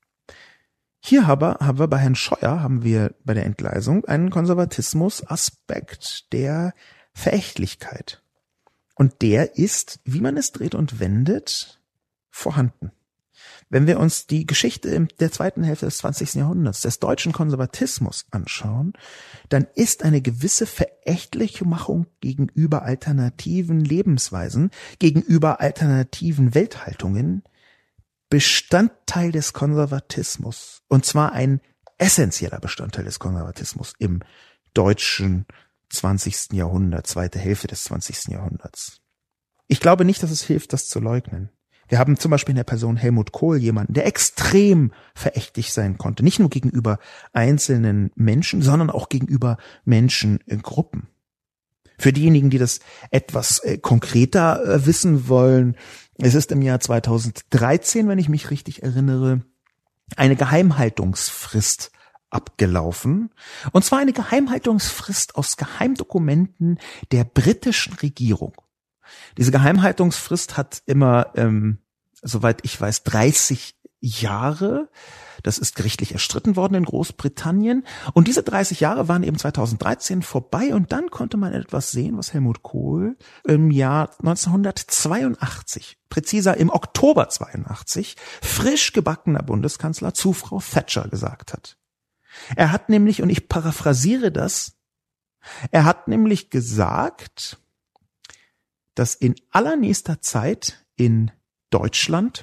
Hier aber haben wir bei Herrn Scheuer, haben wir bei der Entgleisung einen Konservatismus-Aspekt der Verächtlichkeit. Und der ist, wie man es dreht und wendet, vorhanden. Wenn wir uns die Geschichte der zweiten Hälfte des zwanzigsten Jahrhunderts, des deutschen Konservatismus anschauen, dann ist eine gewisse Verächtlichmachung gegenüber alternativen Lebensweisen, gegenüber alternativen Welthaltungen Bestandteil des Konservatismus, und zwar ein essentieller Bestandteil des Konservatismus im deutschen zwanzigsten Jahrhundert, zweite Hälfte des zwanzigsten Jahrhunderts. Ich glaube nicht, dass es hilft, das zu leugnen. Wir haben zum Beispiel in der Person Helmut Kohl jemanden, der extrem verächtlich sein konnte, nicht nur gegenüber einzelnen Menschen, sondern auch gegenüber Menschen in Gruppen. Für diejenigen, die das etwas äh, konkreter äh, wissen wollen, es ist im Jahr zweitausenddreizehn, wenn ich mich richtig erinnere, eine Geheimhaltungsfrist abgelaufen. Und zwar eine Geheimhaltungsfrist aus Geheimdokumenten der britischen Regierung. Diese Geheimhaltungsfrist hat immer, ähm, soweit ich weiß, dreißig Jahre. Das ist gerichtlich erstritten worden in Großbritannien. Und diese dreißig Jahre waren eben zweitausenddreizehn vorbei. Und dann konnte man etwas sehen, was Helmut Kohl im Jahr neunzehnhundertzweiundachtzig, präziser im Oktober zweiundachtzig, frisch gebackener Bundeskanzler zu Frau Thatcher gesagt hat. Er hat nämlich, und ich paraphrasiere das, er hat nämlich gesagt, dass in allernächster Zeit in Deutschland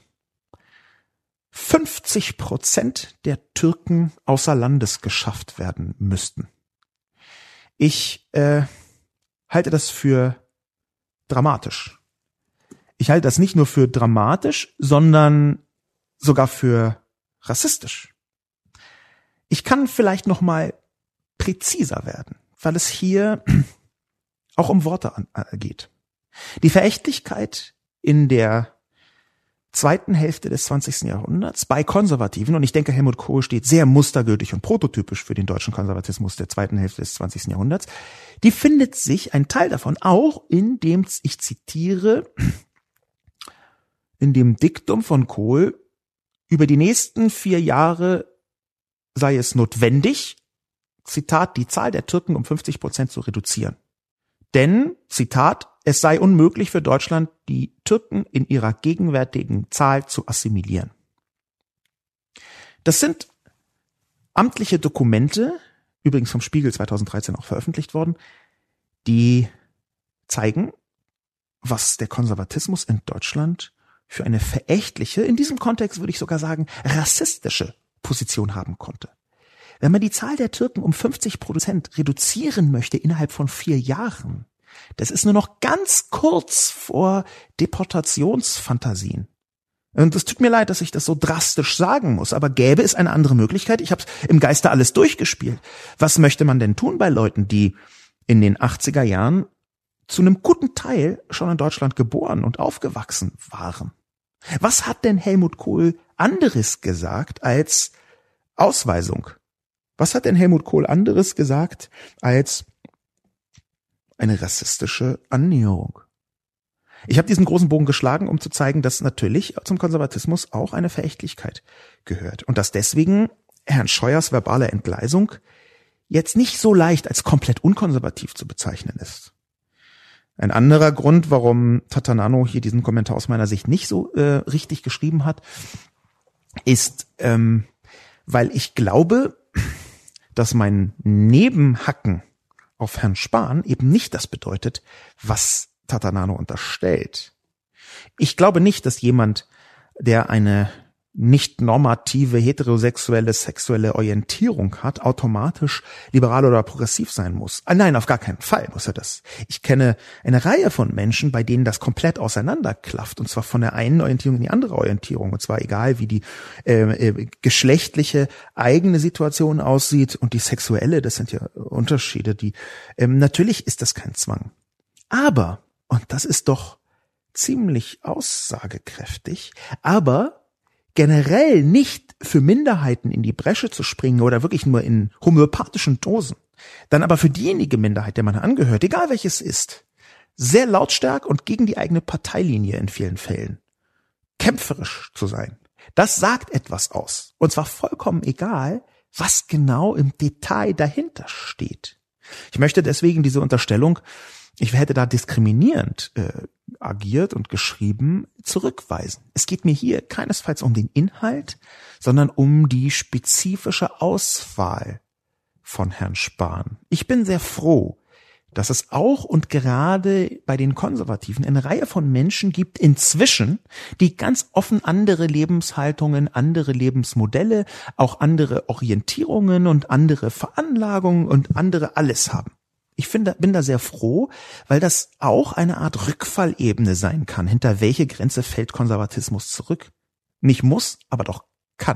fünfzig Prozent der Türken außer Landes geschafft werden müssten. Ich äh, halte das für dramatisch. Ich halte das nicht nur für dramatisch, sondern sogar für rassistisch. Ich kann vielleicht noch mal präziser werden, weil es hier auch um Worte an, äh, geht. Die Verächtlichkeit in der zweiten Hälfte des zwanzigsten Jahrhunderts bei Konservativen, und ich denke, Helmut Kohl steht sehr mustergültig und prototypisch für den deutschen Konservatismus der zweiten Hälfte des zwanzigsten Jahrhunderts, die findet sich, ein Teil davon, auch in dem, ich zitiere, in dem Diktum von Kohl, über die nächsten vier Jahre sei es notwendig, Zitat, die Zahl der Türken um fünfzig Prozent zu reduzieren. Denn, Zitat, es sei unmöglich für Deutschland, die Türken in ihrer gegenwärtigen Zahl zu assimilieren. Das sind amtliche Dokumente, übrigens vom Spiegel zweitausenddreizehn auch veröffentlicht worden, die zeigen, was der Konservatismus in Deutschland für eine verächtliche, in diesem Kontext würde ich sogar sagen, rassistische Position haben konnte. Wenn man die Zahl der Türken um fünfzig Prozent reduzieren möchte innerhalb von vier Jahren, das ist nur noch ganz kurz vor Deportationsfantasien. Und es tut mir leid, dass ich das so drastisch sagen muss, aber gäbe es eine andere Möglichkeit? Ich habe im Geiste alles durchgespielt. Was möchte man denn tun bei Leuten, die in den achtziger Jahren zu einem guten Teil schon in Deutschland geboren und aufgewachsen waren. Was hat denn Helmut Kohl anderes gesagt als Ausweisung? Was hat denn Helmut Kohl anderes gesagt als eine rassistische Annäherung? Ich habe diesen großen Bogen geschlagen, um zu zeigen, dass natürlich zum Konservatismus auch eine Verächtlichkeit gehört und dass deswegen Herrn Scheuers verbale Entgleisung jetzt nicht so leicht als komplett unkonservativ zu bezeichnen ist. Ein anderer Grund, warum Tatanano hier diesen Kommentar aus meiner Sicht nicht so äh, richtig geschrieben hat, ist, ähm, weil ich glaube, dass mein Nebenhacken auf Herrn Spahn eben nicht das bedeutet, was Tatanano unterstellt. Ich glaube nicht, dass jemand, der eine nicht normative heterosexuelle sexuelle Orientierung hat, automatisch liberal oder progressiv sein muss. Ah, nein, auf gar keinen Fall muss er das. Ich kenne eine Reihe von Menschen, bei denen das komplett auseinanderklafft, und zwar von der einen Orientierung in die andere Orientierung, und zwar egal, wie die äh, äh, geschlechtliche eigene Situation aussieht und die sexuelle, das sind ja Unterschiede, die ähm, natürlich ist das kein Zwang. Aber, und das ist doch ziemlich aussagekräftig, aber generell nicht für Minderheiten in die Bresche zu springen oder wirklich nur in homöopathischen Dosen, dann aber für diejenige Minderheit, der man angehört, egal welches ist, sehr lautstark und gegen die eigene Parteilinie in vielen Fällen, kämpferisch zu sein. Das sagt etwas aus. Und zwar vollkommen egal, was genau im Detail dahinter steht. Ich möchte deswegen diese Unterstellung, ich hätte da diskriminierend äh, agiert und geschrieben, zurückweisen. Es geht mir hier keinesfalls um den Inhalt, sondern um die spezifische Auswahl von Herrn Spahn. Ich bin sehr froh, dass es auch und gerade bei den Konservativen eine Reihe von Menschen gibt inzwischen, die ganz offen andere Lebenshaltungen, andere Lebensmodelle, auch andere Orientierungen und andere Veranlagungen und andere alles haben. Ich finde, bin da sehr froh, weil das auch eine Art Rückfallebene sein kann. Hinter welche Grenze fällt Konservatismus zurück? Nicht muss, aber doch kann.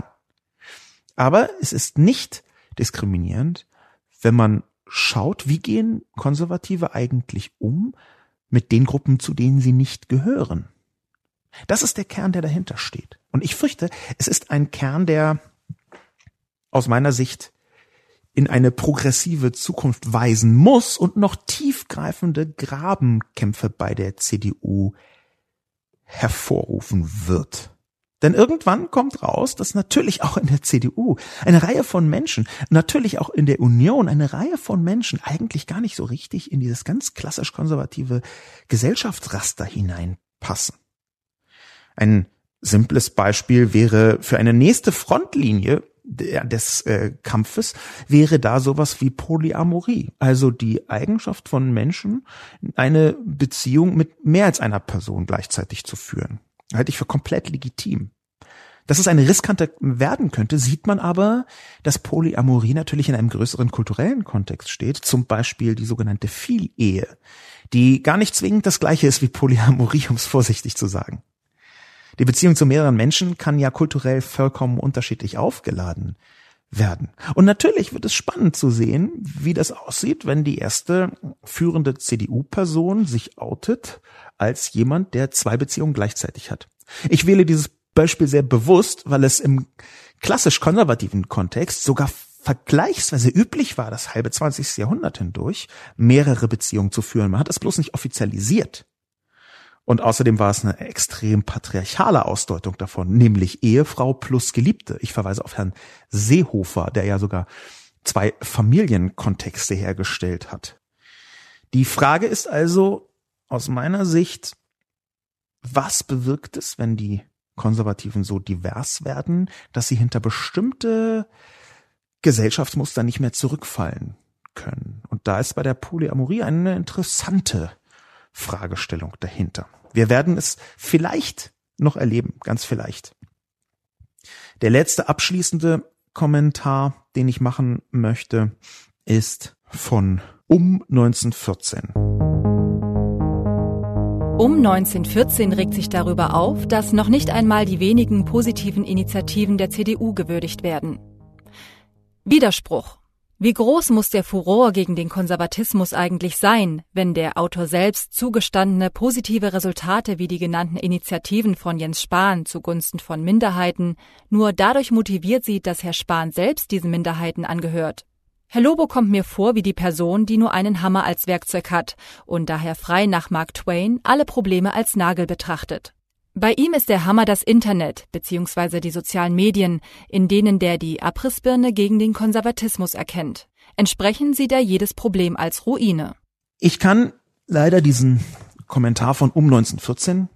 Aber es ist nicht diskriminierend, wenn man schaut, wie gehen Konservative eigentlich um mit den Gruppen, zu denen sie nicht gehören. Das ist der Kern, der dahinter steht. Und ich fürchte, es ist ein Kern, der aus meiner Sicht in eine progressive Zukunft weisen muss und noch tiefgreifende Grabenkämpfe bei der C D U hervorrufen wird. Denn irgendwann kommt raus, dass natürlich auch in der C D U eine Reihe von Menschen, natürlich auch in der Union eine Reihe von Menschen eigentlich gar nicht so richtig in dieses ganz klassisch konservative Gesellschaftsraster hineinpassen. Ein simples Beispiel wäre für eine nächste Frontlinie des äh, Kampfes wäre da sowas wie Polyamorie, also die Eigenschaft von Menschen, eine Beziehung mit mehr als einer Person gleichzeitig zu führen. Halte ich für komplett legitim. Dass es eine riskante werden könnte, sieht man aber, dass Polyamorie natürlich in einem größeren kulturellen Kontext steht, zum Beispiel die sogenannte Vielehe, die gar nicht zwingend das Gleiche ist wie Polyamorie, um es vorsichtig zu sagen. Die Beziehung zu mehreren Menschen kann ja kulturell vollkommen unterschiedlich aufgeladen werden. Und natürlich wird es spannend zu sehen, wie das aussieht, wenn die erste führende C D U-Person sich outet als jemand, der zwei Beziehungen gleichzeitig hat. Ich wähle dieses Beispiel sehr bewusst, weil es im klassisch konservativen Kontext sogar vergleichsweise üblich war, das halbe zwanzigste Jahrhundert hindurch mehrere Beziehungen zu führen. Man hat es bloß nicht offizialisiert. Und außerdem war es eine extrem patriarchale Ausdeutung davon, nämlich Ehefrau plus Geliebte. Ich verweise auf Herrn Seehofer, der ja sogar zwei Familienkontexte hergestellt hat. Die Frage ist also aus meiner Sicht, was bewirkt es, wenn die Konservativen so divers werden, dass sie hinter bestimmte Gesellschaftsmuster nicht mehr zurückfallen können? Und da ist bei der Polyamorie eine interessante Fragestellung dahinter. Wir werden es vielleicht noch erleben, ganz vielleicht. Der letzte abschließende Kommentar, den ich machen möchte, ist von um neunzehnhundertvierzehn.
Um neunzehnhundertvierzehn regt sich darüber auf, dass noch nicht einmal die wenigen positiven Initiativen der C D U gewürdigt werden. Widerspruch. Wie groß muss der Furor gegen den Konservatismus eigentlich sein, wenn der Autor selbst zugestandene positive Resultate wie die genannten Initiativen von Jens Spahn zugunsten von Minderheiten nur dadurch motiviert sieht, dass Herr Spahn selbst diesen Minderheiten angehört? Herr Lobo kommt mir vor wie die Person, die nur einen Hammer als Werkzeug hat und daher frei nach Mark Twain alle Probleme als Nagel betrachtet. Bei ihm ist der Hammer das Internet bzw. die sozialen Medien, in denen der die Abrissbirne gegen den Konservatismus erkennt. Entsprechend sieht er jedes Problem als Ruine.
Ich kann leider diesen Kommentar von um neunzehnhundertvierzehn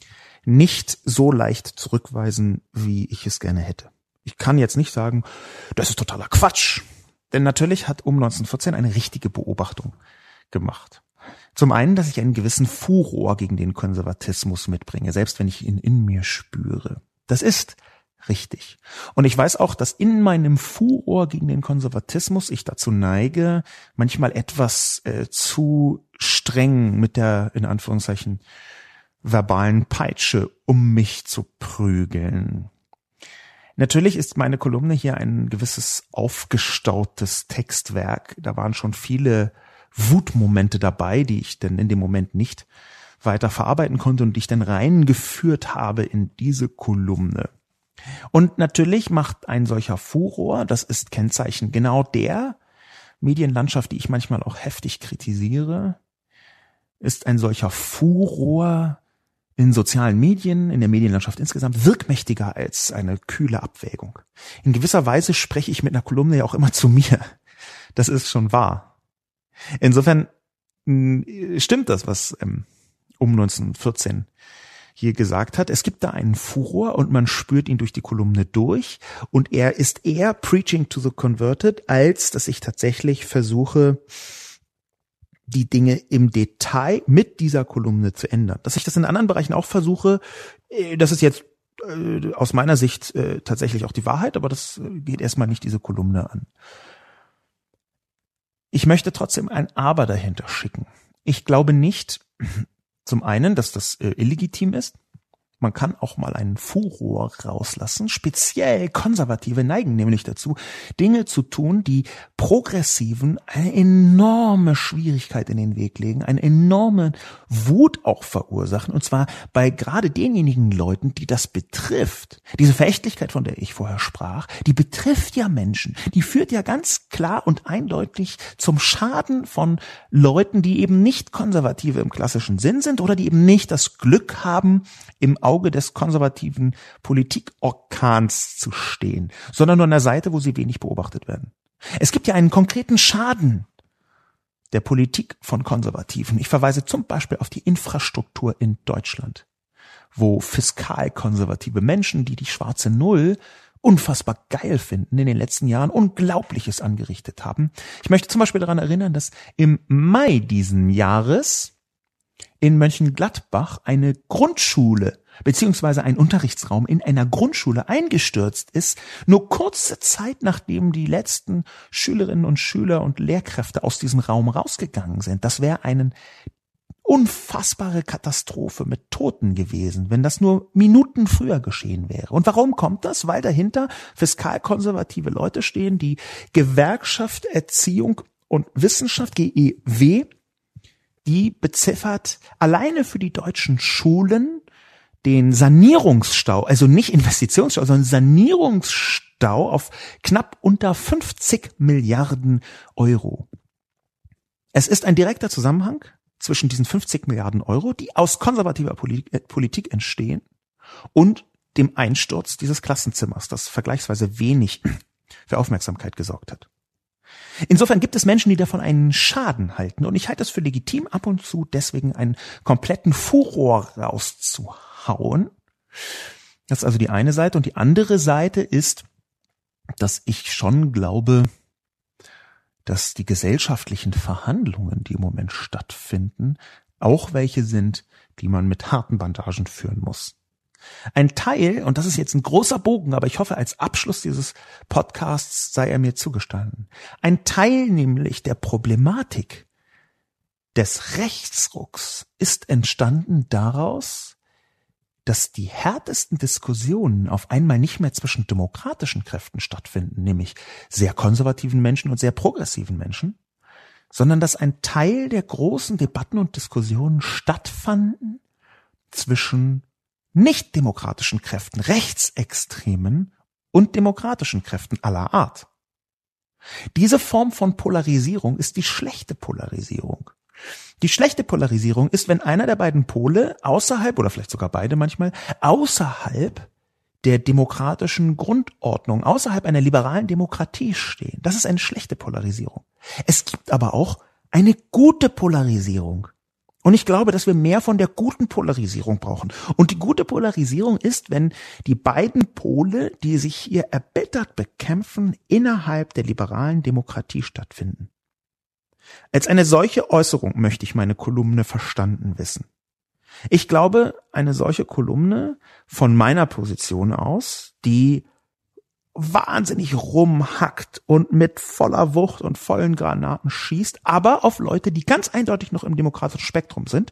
nicht so leicht zurückweisen, wie ich es gerne hätte. Ich kann jetzt nicht sagen, das ist totaler Quatsch. Denn natürlich hat um neunzehnhundertvierzehn eine richtige Beobachtung gemacht. Zum einen, dass ich einen gewissen Furor gegen den Konservatismus mitbringe, selbst wenn ich ihn in mir spüre. Das ist richtig. Und ich weiß auch, dass in meinem Furor gegen den Konservatismus ich dazu neige, manchmal etwas äh, zu streng mit der, in Anführungszeichen, verbalen Peitsche um mich zu prügeln. Natürlich ist meine Kolumne hier ein gewisses aufgestautes Textwerk. Da waren schon viele Wutmomente dabei, die ich denn in dem Moment nicht weiter verarbeiten konnte und die ich dann reingeführt habe in diese Kolumne. Und natürlich macht ein solcher Furor, das ist Kennzeichen genau der Medienlandschaft, die ich manchmal auch heftig kritisiere, ist ein solcher Furor in sozialen Medien, in der Medienlandschaft insgesamt wirkmächtiger als eine kühle Abwägung. In gewisser Weise spreche ich mit einer Kolumne ja auch immer zu mir. Das ist schon wahr. Insofern mh, stimmt das, was ähm, um neunzehnhundertvierzehn hier gesagt hat. Es gibt da einen Furor und man spürt ihn durch die Kolumne durch und er ist eher preaching to the converted, als dass ich tatsächlich versuche, die Dinge im Detail mit dieser Kolumne zu ändern. Dass ich das in anderen Bereichen auch versuche, das ist jetzt äh, aus meiner Sicht äh, tatsächlich auch die Wahrheit, aber das geht erstmal nicht diese Kolumne an. Ich möchte trotzdem ein Aber dahinter schicken. Ich glaube nicht, zum einen, dass das äh, illegitim ist. Man kann auch mal einen Furor rauslassen. Speziell Konservative neigen nämlich dazu, Dinge zu tun, die Progressiven eine enorme Schwierigkeit in den Weg legen, eine enorme Wut auch verursachen. Und zwar bei gerade denjenigen Leuten, die das betrifft. Diese Verächtlichkeit, von der ich vorher sprach, die betrifft ja Menschen. Die führt ja ganz klar und eindeutig zum Schaden von Leuten, die eben nicht Konservative im klassischen Sinn sind oder die eben nicht das Glück haben, im Auge des konservativen Politikorkans zu stehen, sondern nur an der Seite, wo sie wenig beobachtet werden. Es gibt ja einen konkreten Schaden der Politik von Konservativen. Ich verweise zum Beispiel auf die Infrastruktur in Deutschland, wo fiskalkonservative Menschen, die die schwarze Null unfassbar geil finden, in den letzten Jahren Unglaubliches angerichtet haben. Ich möchte zum Beispiel daran erinnern, dass im Mai diesen Jahres in Mönchengladbach eine Grundschule beziehungsweise ein Unterrichtsraum in einer Grundschule eingestürzt ist, nur kurze Zeit nachdem die letzten Schülerinnen und Schüler und Lehrkräfte aus diesem Raum rausgegangen sind. Das wäre eine unfassbare Katastrophe mit Toten gewesen, wenn das nur Minuten früher geschehen wäre. Und warum kommt das? Weil dahinter fiskalkonservative Leute stehen, die Gewerkschaft Erziehung und Wissenschaft, G E W, die beziffert alleine für die deutschen Schulen den Sanierungsstau, also nicht Investitionsstau, sondern Sanierungsstau auf knapp unter fünfzig Milliarden Euro. Es ist ein direkter Zusammenhang zwischen diesen fünfzig Milliarden Euro, die aus konservativer Politik entstehen, und dem Einsturz dieses Klassenzimmers, das vergleichsweise wenig für Aufmerksamkeit gesorgt hat. Insofern gibt es Menschen, die davon einen Schaden halten, und ich halte es für legitim, ab und zu deswegen einen kompletten Furor rauszuhauen. Das ist also die eine Seite, und die andere Seite ist, dass ich schon glaube, dass die gesellschaftlichen Verhandlungen, die im Moment stattfinden, auch welche sind, die man mit harten Bandagen führen muss. Ein Teil, und das ist jetzt ein großer Bogen, aber ich hoffe, als Abschluss dieses Podcasts sei er mir zugestanden, ein Teil nämlich der Problematik des Rechtsrucks ist entstanden daraus, dass die härtesten Diskussionen auf einmal nicht mehr zwischen demokratischen Kräften stattfinden, nämlich sehr konservativen Menschen und sehr progressiven Menschen, sondern dass ein Teil der großen Debatten und Diskussionen stattfanden zwischen nicht demokratischen Kräften, rechtsextremen und demokratischen Kräften aller Art. Diese Form von Polarisierung ist die schlechte Polarisierung. Die schlechte Polarisierung ist, wenn einer der beiden Pole außerhalb, oder vielleicht sogar beide manchmal, außerhalb der demokratischen Grundordnung, außerhalb einer liberalen Demokratie stehen. Das ist eine schlechte Polarisierung. Es gibt aber auch eine gute Polarisierung. Und ich glaube, dass wir mehr von der guten Polarisierung brauchen. Und die gute Polarisierung ist, wenn die beiden Pole, die sich hier erbittert bekämpfen, innerhalb der liberalen Demokratie stattfinden. Als eine solche Äußerung möchte ich meine Kolumne verstanden wissen. Ich glaube, eine solche Kolumne von meiner Position aus, die wahnsinnig rumhackt und mit voller Wucht und vollen Granaten schießt, aber auf Leute, die ganz eindeutig noch im demokratischen Spektrum sind,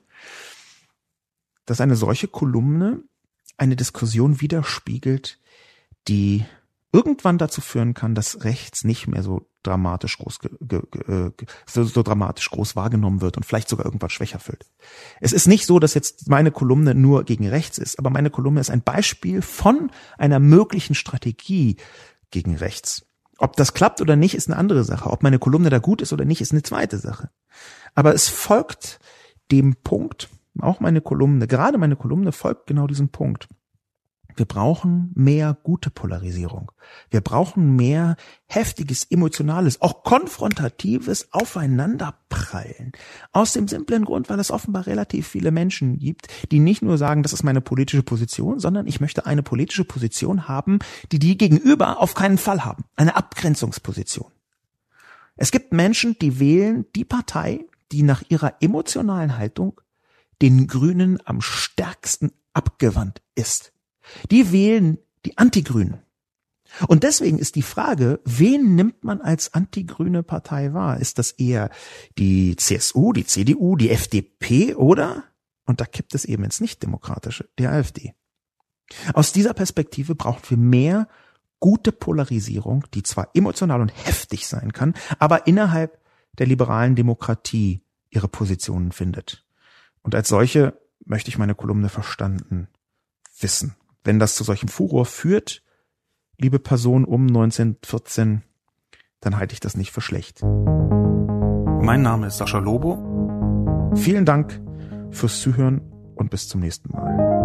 dass eine solche Kolumne eine Diskussion widerspiegelt, die irgendwann dazu führen kann, dass rechts nicht mehr so dramatisch groß ge, ge, ge, so, so dramatisch groß wahrgenommen wird und vielleicht sogar irgendwann schwächer fühlt. Es ist nicht so, dass jetzt meine Kolumne nur gegen rechts ist, aber meine Kolumne ist ein Beispiel von einer möglichen Strategie gegen rechts. Ob das klappt oder nicht, ist eine andere Sache. Ob meine Kolumne da gut ist oder nicht, ist eine zweite Sache. Aber es folgt dem Punkt, auch meine Kolumne, gerade meine Kolumne folgt genau diesem Punkt. Wir brauchen mehr gute Polarisierung. Wir brauchen mehr heftiges, emotionales, auch konfrontatives Aufeinanderprallen. Aus dem simplen Grund, weil es offenbar relativ viele Menschen gibt, die nicht nur sagen, das ist meine politische Position, sondern ich möchte eine politische Position haben, die die Gegenüber auf keinen Fall haben. Eine Abgrenzungsposition. Es gibt Menschen, die wählen die Partei, die nach ihrer emotionalen Haltung den Grünen am stärksten abgewandt ist. Die wählen die Antigrünen. Und deswegen ist die Frage, wen nimmt man als antigrüne Partei wahr? Ist das eher die C S U, die C D U, die F D P oder, und da kippt es eben ins Nichtdemokratische, der AfD? Aus dieser Perspektive brauchen wir mehr gute Polarisierung, die zwar emotional und heftig sein kann, aber innerhalb der liberalen Demokratie ihre Positionen findet. Und als solche möchte ich meine Kolumne verstanden wissen. Wenn das zu solchem Furor führt, liebe Person um neunzehnhundertvierzehn, dann halte ich das nicht für schlecht. Mein Name ist Sascha Lobo. Vielen Dank fürs Zuhören und bis zum nächsten Mal.